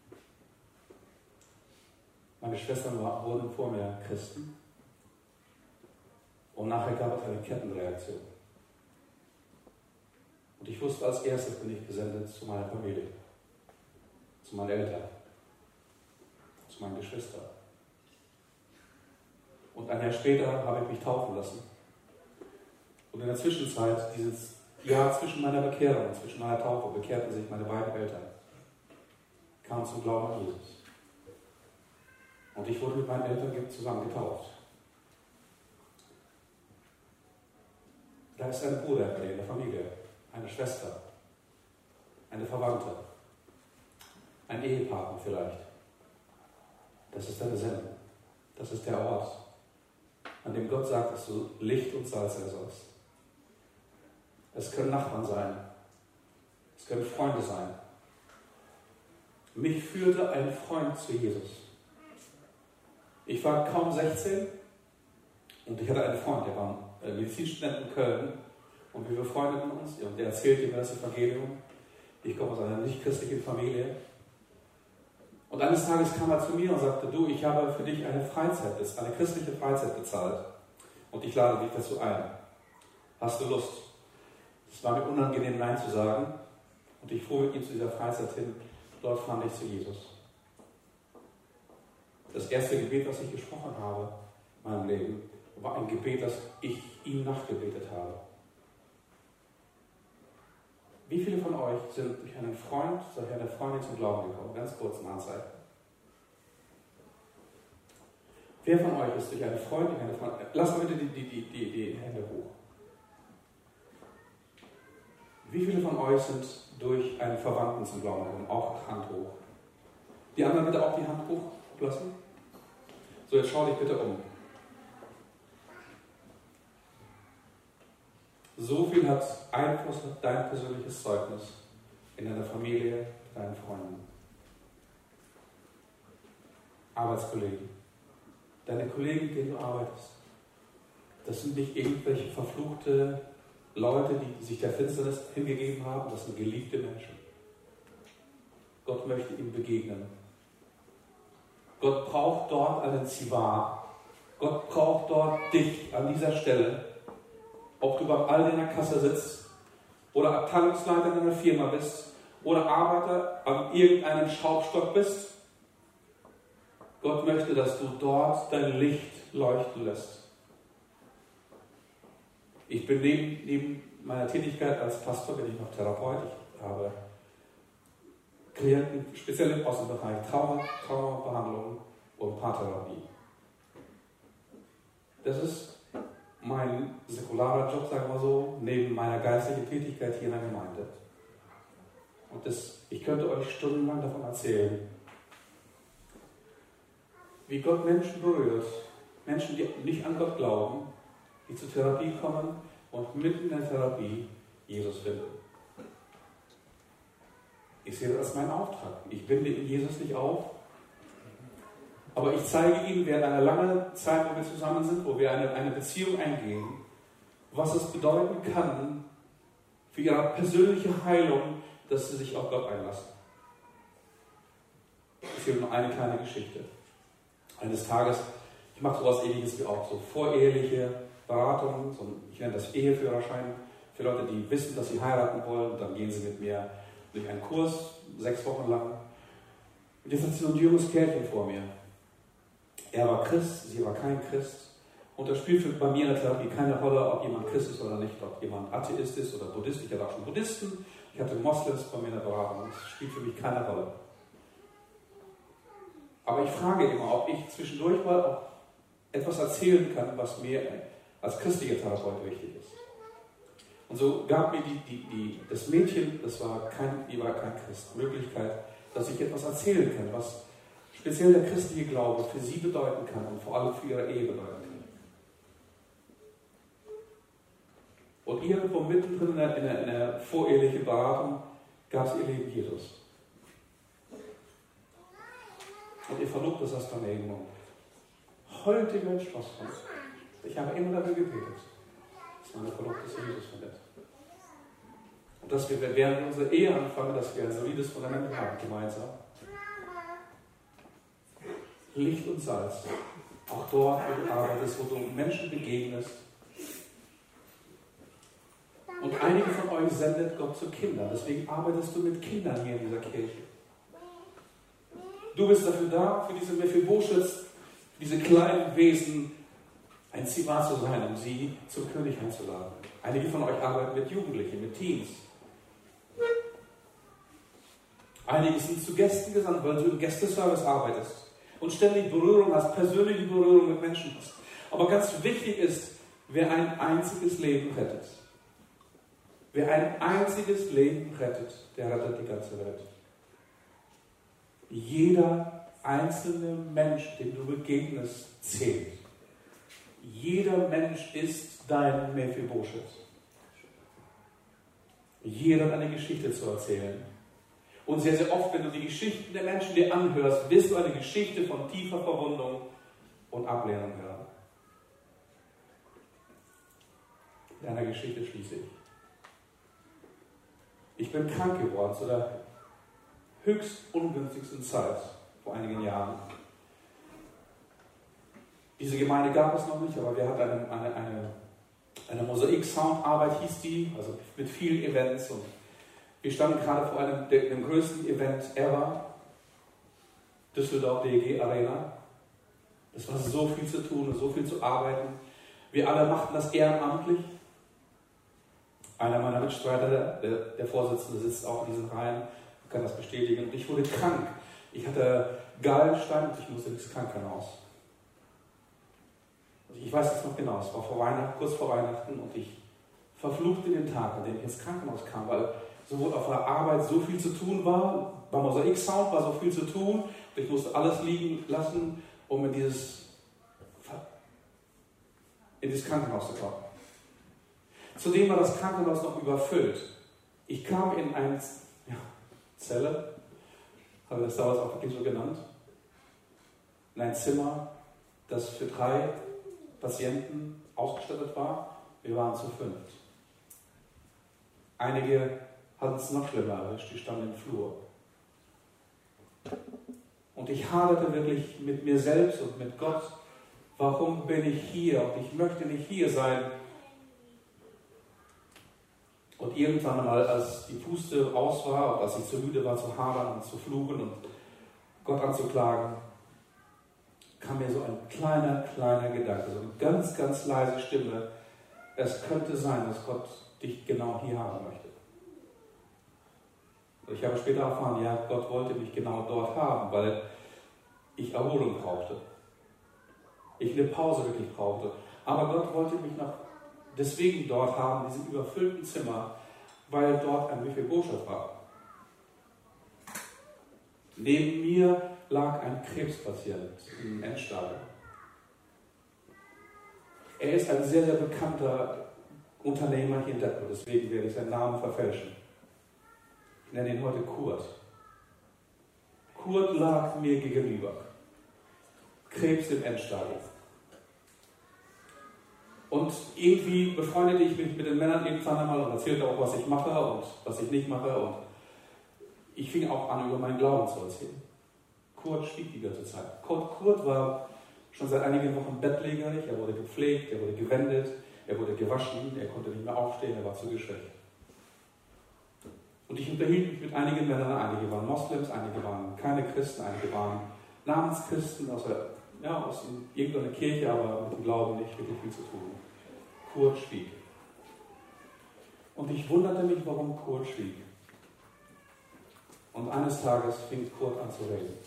Meine Schwestern wurden vor mir Christen. Und nachher gab es eine Kettenreaktion. Und ich wusste, als erstes bin ich gesendet zu meiner Familie, zu meinen Eltern, zu meinen Geschwistern. Und ein Jahr später habe ich mich taufen lassen. Und in der Zwischenzeit, dieses Jahr zwischen meiner Bekehrung und zwischen meiner Taufe, bekehrten sich meine beiden Eltern, kamen zum Glauben an Jesus. Und ich wurde mit meinen Eltern zusammen getauft. Da ist ein Bruder bei dir in der Familie, eine Schwester, eine Verwandte, ein Ehepartner vielleicht. Das ist deine Sendung. Das ist der Ort, an dem Gott sagt, dass du Licht und Salz sein sollst. Es können Nachbarn sein. Es können Freunde sein. Mich führte ein Freund zu Jesus. Ich war kaum 16 und ich hatte einen Freund, der war Medizinstudent in Köln und wir befreundeten uns und der erzählte mir das Evangelium. Ich komme aus einer nicht-christlichen Familie. Und eines Tages kam er zu mir und sagte, du, ich habe für dich eine christliche Freizeit bezahlt und ich lade dich dazu ein. Hast du Lust? Es war mir unangenehm, Nein zu sagen und ich fuhr mit ihm zu dieser Freizeit hin. Dort fand ich zu Jesus. Das erste Gebet, was ich gesprochen habe in meinem Leben, war ein Gebet, das ich ihm nachgebetet habe. Wie viele von euch sind durch einen Freund, durch eine Freundin zum Glauben gekommen? Ganz kurz ein Handzeichen. Wer von euch ist durch einen Freund, durch eine Freundin? Lasst mal bitte die Hände hoch. Wie viele von euch sind durch einen Verwandten zum Glauben gekommen? Auch Hand hoch. Die anderen bitte auch die Hand hoch lassen. So, jetzt schau dich bitte um. So viel hat Einfluss auf dein persönliches Zeugnis in deiner Familie, deinen Freunden. Arbeitskollegen. Deine Kollegen, mit denen du arbeitest. Das sind nicht irgendwelche verfluchte Leute, die sich der Finsternis hingegeben haben. Das sind geliebte Menschen. Gott möchte ihnen begegnen. Gott braucht dort einen Zivar. Gott braucht dort dich an dieser Stelle. Ob du beim Aldi in der Kasse sitzt oder Abteilungsleiter in einer Firma bist oder Arbeiter an irgendeinem Schraubstock bist. Gott möchte, dass du dort dein Licht leuchten lässt. Ich bin neben meiner Tätigkeit als Pastor bin ich noch Therapeut. Ich habe Klienten speziell aus dem Bereich Traumabehandlung und Paartherapie. Das ist mein säkularer Job, sagen wir so, neben meiner geistlichen Tätigkeit hier in der Gemeinde. Und ich könnte euch stundenlang davon erzählen, wie Gott Menschen berührt. Menschen, die nicht an Gott glauben, die zur Therapie kommen und mitten in der Therapie Jesus finden. Ich sehe das als meinen Auftrag. Ich binde in Jesus nicht auf, aber ich zeige ihnen während einer langen Zeit, wo wir zusammen sind, wo wir eine Beziehung eingehen, was es bedeuten kann für ihre persönliche Heilung, dass sie sich auf Gott einlassen. Ich erzähle nur eine kleine Geschichte. Eines Tages, ich mache sowas Ähnliches wie auch so voreheliche Beratungen, ich nenne das Eheführerschein, für Leute, die wissen, dass sie heiraten wollen, und dann gehen sie mit mir durch einen Kurs, 6 Wochen lang. Und jetzt hat sie so ein junges Kerlchen vor mir. Er war Christ, sie war kein Christ. Und das spielt bei mir in der Therapie keine Rolle, ob jemand Christ ist oder nicht, ob jemand Atheist ist oder Buddhist. Ich hatte auch schon Buddhisten, ich hatte Moslems bei mir in der Beratung. Das spielt für mich keine Rolle. Aber ich frage immer, ob ich zwischendurch mal auch etwas erzählen kann, was mir als christlicher Therapeut wichtig ist. Und so gab mir das Mädchen, die war kein Christ, Möglichkeit, dass ich etwas erzählen kann, was speziell der christliche Glaube für sie bedeuten kann und vor allem für ihre Ehe bedeuten kann. Und irgendwo mittendrin in der vorehelichen Beratung gab es ihr Leben Jesus. Und ihr Verlobter saß daneben und heulte wie ein Schlosshund. Ich habe immer dafür gebetet, dass meine Verlobte zu Jesus findet. Und dass wir während unserer Ehe anfangen, dass wir ein solides Fundament haben, gemeinsam. Licht und Salz. Auch dort, wo du arbeitest, wo du Menschen begegnest. Und einige von euch sendet Gott zu Kindern. Deswegen arbeitest du mit Kindern hier in dieser Kirche. Du bist dafür da, für diese Mephibosheths, diese kleinen Wesen, ein Zivar zu sein, um sie zum König einzuladen. Einige von euch arbeiten mit Jugendlichen, mit Teens. Einige sind zu Gästen gesandt, weil du im Gästeservice arbeitest und ständig Berührung hast, persönliche Berührung mit Menschen hast. Aber ganz wichtig ist, wer ein einziges Leben rettet. Wer ein einziges Leben rettet, der rettet die ganze Welt. Jeder einzelne Mensch, dem du begegnest, zählt. Jeder Mensch ist dein Mephibosheth. Jeder hat eine Geschichte zu erzählen. Und sehr, sehr oft, wenn du die Geschichten der Menschen dir anhörst, wirst du eine Geschichte von tiefer Verwundung und Ablehnung hören. In einer Geschichte schließe ich. Ich bin krank geworden zu der höchst ungünstigsten Zeit, vor einigen Jahren. Diese Gemeinde gab es noch nicht, aber wir hatten eine Mosaik-Soundarbeit, hieß die, also mit vielen Events. Und wir standen gerade vor dem größten Event ever, Düsseldorf DEG Arena. Es war so viel zu tun und so viel zu arbeiten. Wir alle machten das ehrenamtlich. Einer meiner Mitstreiter, der Vorsitzende, sitzt auch in diesen Reihen, kann das bestätigen. Und ich wurde krank. Ich hatte Gallenstein und ich musste ins Krankenhaus. Ich weiß es noch genau, es war kurz vor Weihnachten und ich verfluchte den Tag, an dem ich ins Krankenhaus kam, weil sowohl auf der Arbeit so viel zu tun war, beim Mosaik-Sound war so viel zu tun und ich musste alles liegen lassen, um in dieses Krankenhaus zu kommen. Zudem war das Krankenhaus noch überfüllt. Ich kam in eine Zelle, habe das damals auch wirklich so genannt, in ein Zimmer, das für 3 Patienten ausgestattet war. Wir waren zu 5. Einige hatten es noch schlimmer erwischt, die standen im Flur. Und ich haderte wirklich mit mir selbst und mit Gott. Warum bin ich hier? Und ich möchte nicht hier sein. Und irgendwann mal, als die Puste aus war und als ich zu müde war zu hadern und zu fluchen und Gott anzuklagen, kam mir so ein kleiner Gedanke, so eine ganz, ganz leise Stimme. Es könnte sein, dass Gott dich genau hier haben möchte. Und ich habe später erfahren, ja, Gott wollte mich genau dort haben, weil ich Erholung brauchte. Ich eine Pause wirklich brauchte. Aber Gott wollte mich noch deswegen dort haben, in diesem überfüllten Zimmer, weil dort ein Mephibosheth war. Neben mir lag ein Krebspatient im Endstadium. Er ist ein sehr, sehr bekannter Unternehmer hier in Detmold, deswegen werde ich seinen Namen verfälschen. Ich nenne ihn heute Kurt. Kurt lag mir gegenüber. Krebs im Endstadium. Und irgendwie befreundete ich mich mit den Männern irgendwann einmal und erzählte auch, was ich mache und was ich nicht mache. Und ich fing auch an, über meinen Glauben zu erzählen. Kurt schwieg die ganze Zeit. Kurt war schon seit einigen Wochen bettlägerig, er wurde gepflegt, er wurde gewendet, er wurde gewaschen, er konnte nicht mehr aufstehen, er war zu geschwächt. Und ich unterhielt mich mit einigen Männern, einige waren Moslems, einige waren keine Christen, einige waren Namenschristen aus irgendeiner Kirche, aber mit dem Glauben nicht wirklich viel zu tun. Kurt schwieg. Und ich wunderte mich, warum Kurt schwieg. Und eines Tages fing Kurt an zu reden.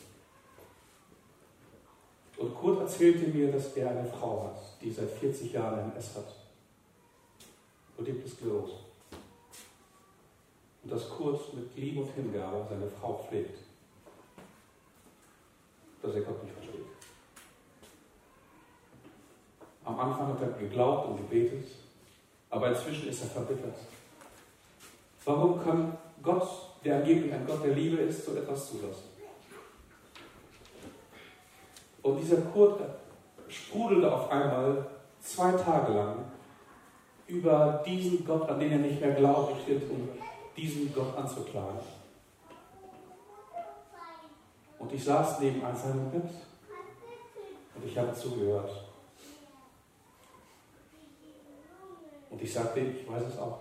Und Kurt erzählte mir, dass er eine Frau hat, die seit 40 Jahren MS hat. Multiple Sklerose. Und dass Kurt mit Liebe und Hingabe seine Frau pflegt. Dass er Gott nicht versteht. Am Anfang hat er geglaubt und gebetet, aber inzwischen ist er verbittert. Warum kann Gott, der angeblich ein Gott der Liebe ist, so etwas zulassen? Und dieser Kurt sprudelte auf einmal 2 Tage lang über diesen Gott, an den er nicht mehr glaubt, um diesen Gott anzuklagen. Und ich saß neben seinem Bett und ich habe zugehört. Und ich sagte ihm, ich weiß es auch.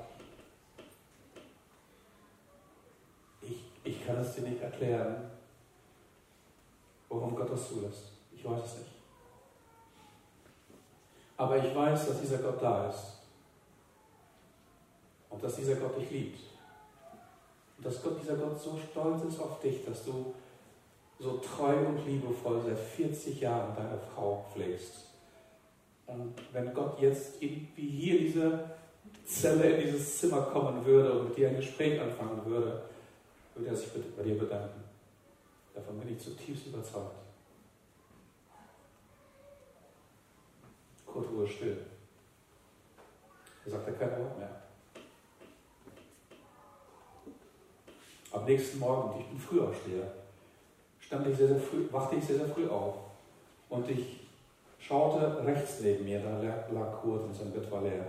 Ich kann es dir nicht erklären, warum Gott das zulässt. Ich weiß es nicht. Aber ich weiß, dass dieser Gott da ist. Und dass dieser Gott dich liebt. Und dass dieser Gott so stolz ist auf dich, dass du so treu und liebevoll seit 40 Jahren deine Frau pflegst. Und wenn Gott jetzt irgendwie hier in diese Zelle, in dieses Zimmer kommen würde und mit dir ein Gespräch anfangen würde, würde er sich bei dir bedanken. Davon bin ich zutiefst überzeugt. Kurt wurde still. Er sagte kein Wort mehr. Am nächsten Morgen, ich bin Frühaufsteher, wachte ich sehr, sehr früh auf. Und ich schaute rechts neben mir, da lag Kurt und sein Bett war leer.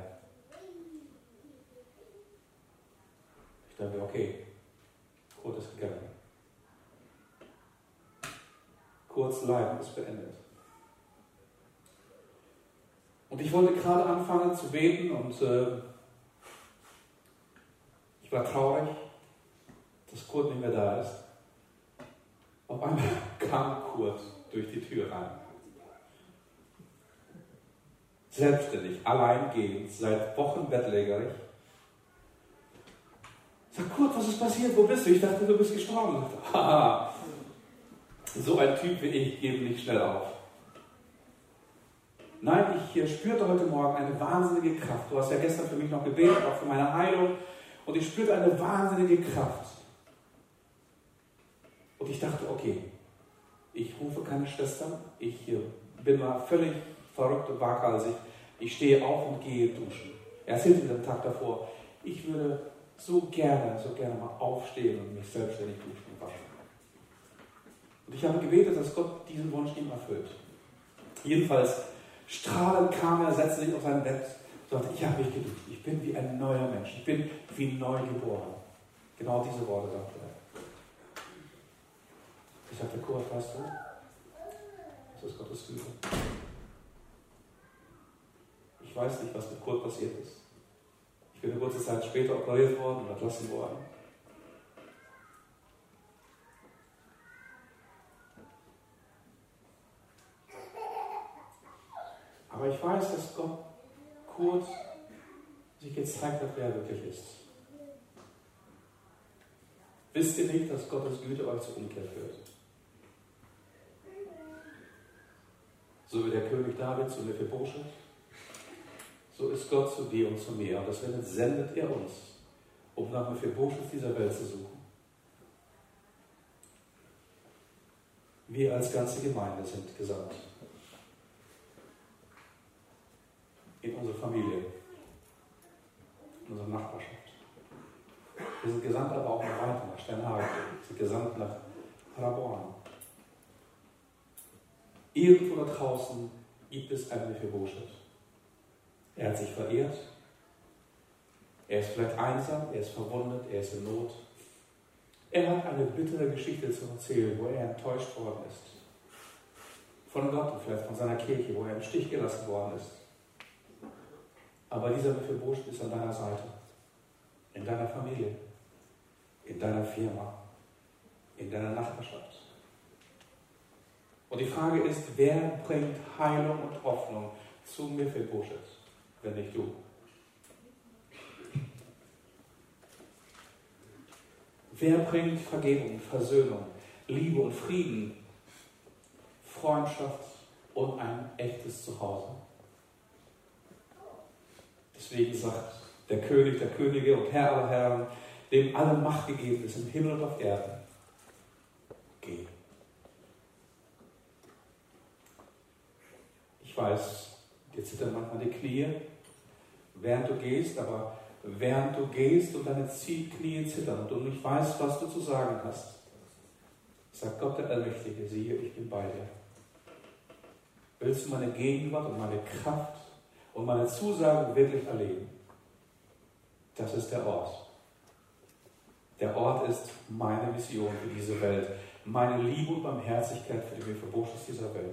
Ich dachte, okay, Kurt ist gegangen. Kurts Leiden ist beendet. Und ich wollte gerade anfangen zu beten und ich war traurig, dass Kurt nicht mehr da ist. Auf einmal kam Kurt durch die Tür rein. Selbstständig, alleingehend, seit Wochen bettlägerig. Ich sag, Kurt, was ist passiert? Wo bist du? Ich dachte, du bist gestorben. Ich dachte, haha, so ein Typ wie ich gebe nicht schnell auf. Nein, ich spürte heute Morgen eine wahnsinnige Kraft. Du hast ja gestern für mich noch gebetet, auch für meine Heilung. Und ich spürte eine wahnsinnige Kraft. Und ich dachte, okay, ich rufe keine Schwestern. Ich bin mal völlig verrückt und waghalsig. Ich stehe auf und gehe duschen. Er erzählte mir den Tag davor, ich würde so gerne mal aufstehen und mich selbstständig duschen und waschen. Und ich habe gebetet, dass Gott diesen Wunsch ihm erfüllt. Jedenfalls strahlend kam er, setzte sich auf sein Bett und sagte, ich habe mich geduscht. Ich bin wie ein neuer Mensch. Ich bin wie neu geboren. Genau diese Worte sagte er. Ich sagte, Kurt, weißt du, das ist Gottes Güte. Ich weiß nicht, was mit Kurt passiert ist. Ich bin eine kurze Zeit später operiert worden und entlassen worden. Aber ich weiß, dass Gott Kurt sich gezeigt hat, wer er wirklich ist. Wisst ihr nicht, dass Gottes Güte euch zur Umkehr führt? So wie der König David zu Mephibosheth, so ist Gott zu dir und zu mir. Und deswegen sendet er uns, um nach Mephibosheth dieser Welt zu suchen. Wir als ganze Gemeinde sind gesandt. In unsere Familie, in unsere Nachbarschaft. Wir sind gesandt aber auch noch weiter nach Sternhagen. Wir sind gesandt nach Paderborn. Irgendwo da draußen gibt es einen Mephibosheth. Er hat sich verehrt. Er ist vielleicht einsam, er ist verwundet, er ist in Not. Er hat eine bittere Geschichte zu erzählen, wo er enttäuscht worden ist. Von Gott und vielleicht von seiner Kirche, wo er im Stich gelassen worden ist. Aber dieser Mephibosheth ist an deiner Seite, in deiner Familie, in deiner Firma, in deiner Nachbarschaft. Und die Frage ist, wer bringt Heilung und Hoffnung zu Mephibosheth, wenn nicht du? Wer bringt Vergebung, Versöhnung, Liebe und Frieden, Freundschaft und ein echtes Zuhause? Deswegen sagt der König der Könige und Herr aller Herren, dem alle Macht gegeben ist im Himmel und auf Erden, geh. Ich weiß, dir zittern manchmal die Knie, während du gehst, aber während du gehst und deine Knie zittern und du nicht weißt, was du zu sagen hast, sagt Gott der Allmächtige, siehe, ich bin bei dir. Willst du meine Gegenwart und meine Kraft und meine Zusagen wirklich erleben? Das ist der Ort. Der Ort ist meine Vision für diese Welt, meine Liebe und Barmherzigkeit für die Mephibosheth dieser Welt.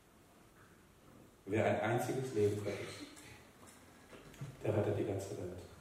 Wer ein einziges Leben rettet, der rettet die ganze Welt.